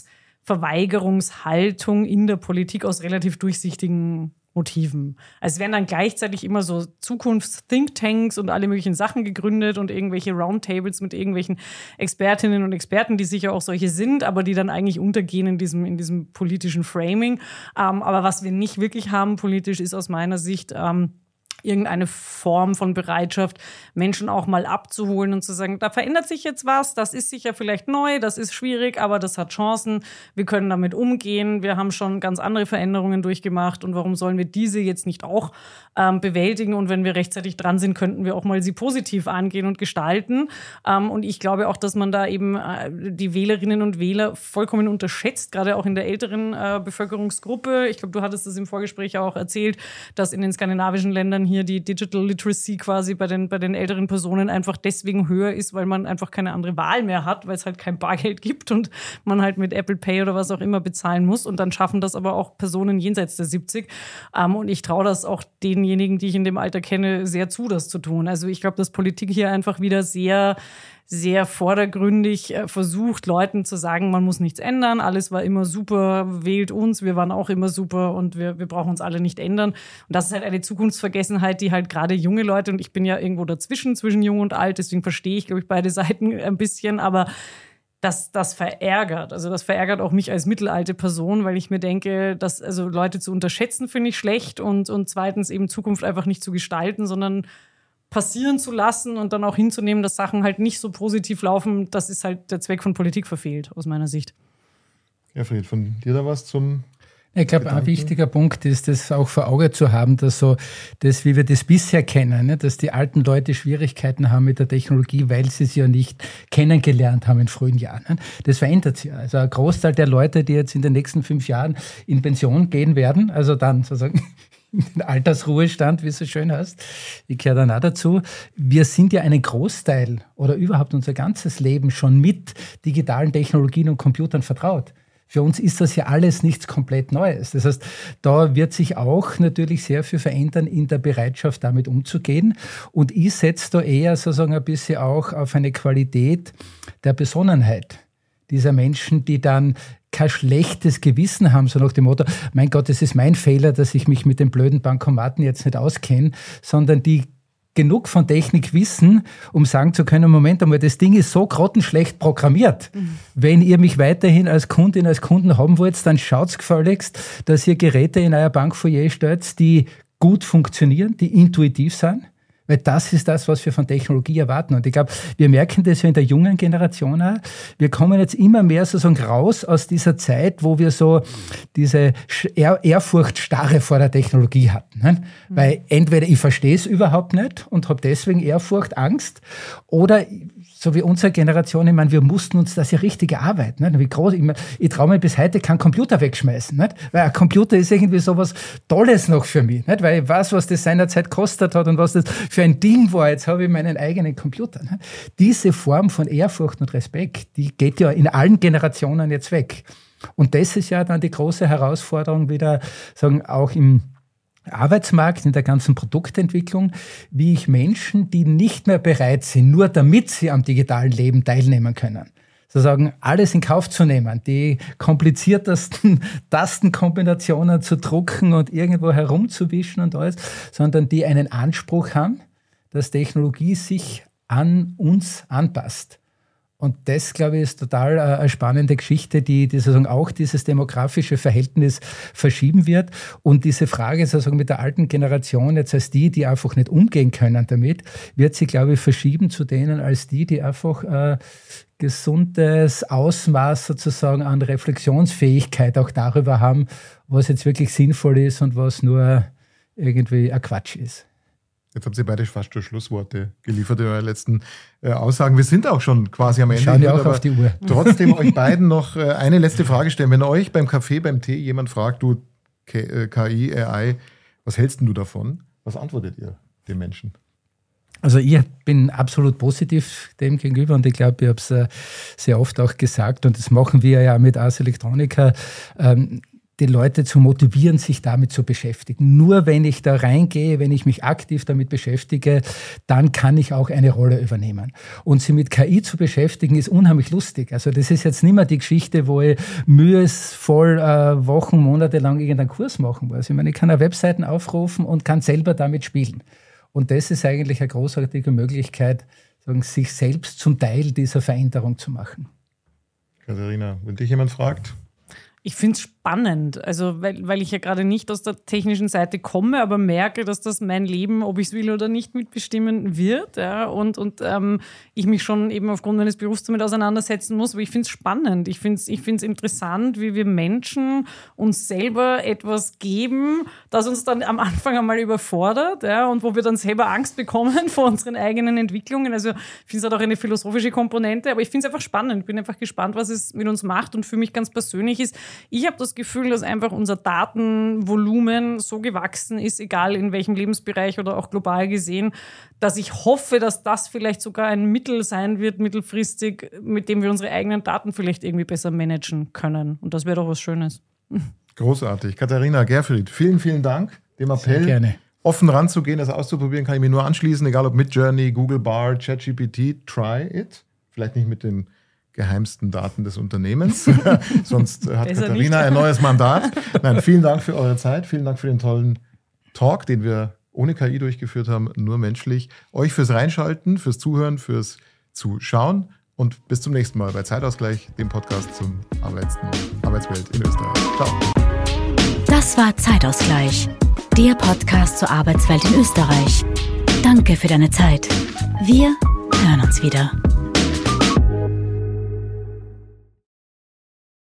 Verweigerungshaltung in der Politik aus relativ durchsichtigen Motiven. Also es werden dann gleichzeitig immer so Zukunfts-Thinktanks und alle möglichen Sachen gegründet und irgendwelche Roundtables mit irgendwelchen Expertinnen und Experten, die sicher auch solche sind, aber die dann eigentlich untergehen in diesem, in diesem politischen Framing. Ähm, aber was wir nicht wirklich haben politisch, ist aus meiner Sicht ähm, irgendeine Form von Bereitschaft, Menschen auch mal abzuholen und zu sagen, da verändert sich jetzt was, das ist sicher vielleicht neu, das ist schwierig, aber das hat Chancen, wir können damit umgehen, wir haben schon ganz andere Veränderungen durchgemacht und warum sollen wir diese jetzt nicht auch ähm, bewältigen und wenn wir rechtzeitig dran sind, könnten wir auch mal sie positiv angehen und gestalten. Ähm, und ich glaube auch, dass man da eben äh, die Wählerinnen und Wähler vollkommen unterschätzt, gerade auch in der älteren äh, Bevölkerungsgruppe. Ich glaube, du hattest das im Vorgespräch auch erzählt, dass in den skandinavischen Ländern hier die Digital Literacy quasi bei den, bei den älteren Personen einfach deswegen höher ist, weil man einfach keine andere Wahl mehr hat, weil es halt kein Bargeld gibt und man halt mit Apple Pay oder was auch immer bezahlen muss. Und dann schaffen das aber auch Personen jenseits der siebzig. Ähm, und ich traue das auch denjenigen, die ich in dem Alter kenne, sehr zu, das zu tun. Also ich glaube, dass Politik hier einfach wieder sehr sehr vordergründig äh, versucht, Leuten zu sagen, man muss nichts ändern, alles war immer super, wählt uns, wir waren auch immer super und wir, wir brauchen uns alle nicht ändern. Und das ist halt eine Zukunftsvergessenheit, die halt gerade junge Leute, und ich bin ja irgendwo dazwischen, zwischen jung und alt, deswegen verstehe ich, glaube ich, beide Seiten ein bisschen, aber das, das verärgert. Also das verärgert auch mich als mittelalte Person, weil ich mir denke, dass also Leute zu unterschätzen, finde ich schlecht und, und zweitens eben Zukunft einfach nicht zu gestalten, sondern passieren zu lassen und dann auch hinzunehmen, dass Sachen halt nicht so positiv laufen. Das ist halt der Zweck von Politik verfehlt, aus meiner Sicht. Ja, Fried, von dir da was zum Ich glaube, ein wichtiger Punkt ist, das auch vor Augen zu haben, dass so, das, wie wir das bisher kennen, ne, dass die alten Leute Schwierigkeiten haben mit der Technologie, weil sie sie ja nicht kennengelernt haben in frühen Jahren. Ne. Das verändert sich. Also ein Großteil der Leute, die jetzt in den nächsten fünf Jahren in Pension gehen werden, also dann sozusagen in den Altersruhestand, wie es so schön heißt, ich gehöre dann auch dazu. Wir sind ja einen Großteil oder überhaupt unser ganzes Leben schon mit digitalen Technologien und Computern vertraut. Für uns ist das ja alles nichts komplett Neues. Das heißt, da wird sich auch natürlich sehr viel verändern in der Bereitschaft, damit umzugehen. Und ich setze da eher sozusagen ein bisschen auch auf eine Qualität der Besonnenheit dieser Menschen, die dann kein schlechtes Gewissen haben, so nach dem Motto, mein Gott, es ist mein Fehler, dass ich mich mit den blöden Bankomaten jetzt nicht auskenne, sondern die genug von Technik wissen, um sagen zu können, Moment einmal, das Ding ist so grottenschlecht programmiert. Mhm. Wenn ihr mich weiterhin als Kundin, als Kunden haben wollt, dann schaut gefälligst, dass ihr Geräte in euer Bankfoyer stellt, die gut funktionieren, die intuitiv sind. Weil das ist das, was wir von Technologie erwarten. Und ich glaube, wir merken das ja in der jungen Generation auch. Wir kommen jetzt immer mehr sozusagen raus aus dieser Zeit, wo wir so diese Ehr- Ehrfurchtstarre vor der Technologie hatten. Ne? Mhm. Weil entweder ich verstehe es überhaupt nicht und habe deswegen Ehrfurcht, Angst, oder so wie unsere Generation, ich meine, wir mussten uns das ja richtig erarbeiten. Nicht? Wie groß, ich, mein, ich traue mir bis heute keinen Computer wegschmeißen. Nicht? Weil ein Computer ist irgendwie so was Tolles noch für mich. Nicht? Weil ich weiß, was das seinerzeit gekostet hat und was das für ein Ding war. Jetzt habe ich meinen eigenen Computer. Nicht? Diese Form von Ehrfurcht und Respekt, die geht ja in allen Generationen jetzt weg. Und das ist ja dann die große Herausforderung wieder, sagen, auch im Arbeitsmarkt, in der ganzen Produktentwicklung, wie ich Menschen, die nicht mehr bereit sind, nur damit sie am digitalen Leben teilnehmen können, sozusagen alles in Kauf zu nehmen, die kompliziertesten Tastenkombinationen zu drucken und irgendwo herumzuwischen und alles, sondern die einen Anspruch haben, dass Technologie sich an uns anpasst. Und das, glaube ich, ist total eine spannende Geschichte, die, die sozusagen auch dieses demografische Verhältnis verschieben wird. Und diese Frage sozusagen mit der alten Generation, jetzt als die, die einfach nicht umgehen können damit, wird sie, glaube ich, verschieben zu denen als die, die einfach ein gesundes Ausmaß sozusagen an Reflexionsfähigkeit auch darüber haben, was jetzt wirklich sinnvoll ist und was nur irgendwie ein Quatsch ist. Jetzt habt ihr beide fast schon Schlussworte geliefert in euren letzten äh, Aussagen. Wir sind auch schon quasi am Ende. Schauen ja auch auf die Uhr. Trotzdem euch beiden noch äh, eine letzte Frage stellen. Wenn euch beim Kaffee, beim Tee jemand fragt, du K I, A I, was hältst denn du davon? Was antwortet ihr den Menschen? Also ich bin absolut positiv dem gegenüber und ich glaube, ich habe es äh, sehr oft auch gesagt und das machen wir ja mit Ars Electronica, ähm, die Leute zu motivieren, sich damit zu beschäftigen. Nur wenn ich da reingehe, wenn ich mich aktiv damit beschäftige, dann kann ich auch eine Rolle übernehmen. Und sie mit K I zu beschäftigen, ist unheimlich lustig. Also das ist jetzt nicht mehr die Geschichte, wo ich mühevoll äh, Wochen, Monate lang irgendeinen Kurs machen muss. Ich meine, ich kann eine Webseiten aufrufen und kann selber damit spielen. Und das ist eigentlich eine großartige Möglichkeit, sagen, sich selbst zum Teil dieser Veränderung zu machen. Katharina, wenn dich jemand fragt? Ich finde es spannend, also weil, weil ich ja gerade nicht aus der technischen Seite komme, aber merke, dass das mein Leben, ob ich es will oder nicht, mitbestimmen wird. Ja, und und ähm, ich mich schon eben aufgrund meines Berufs damit auseinandersetzen muss. Aber ich finde es spannend. Ich finde es ich find's interessant, wie wir Menschen uns selber etwas geben, das uns dann am Anfang einmal überfordert, ja, und wo wir dann selber Angst bekommen vor unseren eigenen Entwicklungen. Also ich finde es hat auch eine philosophische Komponente, aber ich finde es einfach spannend. Ich bin einfach gespannt, was es mit uns macht. Und für mich ganz persönlich ist, ich habe das Gefühl, dass einfach unser Datenvolumen so gewachsen ist, egal in welchem Lebensbereich oder auch global gesehen, dass ich hoffe, dass das vielleicht sogar ein Mittel sein wird, mittelfristig, mit dem wir unsere eigenen Daten vielleicht irgendwie besser managen können. Und das wäre doch was Schönes. Großartig. Katharina, Gerfried, vielen, vielen Dank. Dem Appell, gerne offen ranzugehen, das auszuprobieren, kann ich mir nur anschließen, egal ob Midjourney, Google Bard, ChatGPT, try it. vielleicht nicht mit den geheimsten Daten des Unternehmens. Sonst hat Besser Katharina nicht. Ein neues Mandat. Nein, vielen Dank für eure Zeit. Vielen Dank für den tollen Talk, den wir ohne K I durchgeführt haben, nur menschlich. Euch fürs Reinschalten, fürs Zuhören, fürs Zuschauen und bis zum nächsten Mal bei Zeitausgleich, dem Podcast zum Arbeits- Arbeitswelt in Österreich. Ciao. Das war Zeitausgleich, der Podcast zur Arbeitswelt in Österreich. Danke für deine Zeit. Wir hören uns wieder.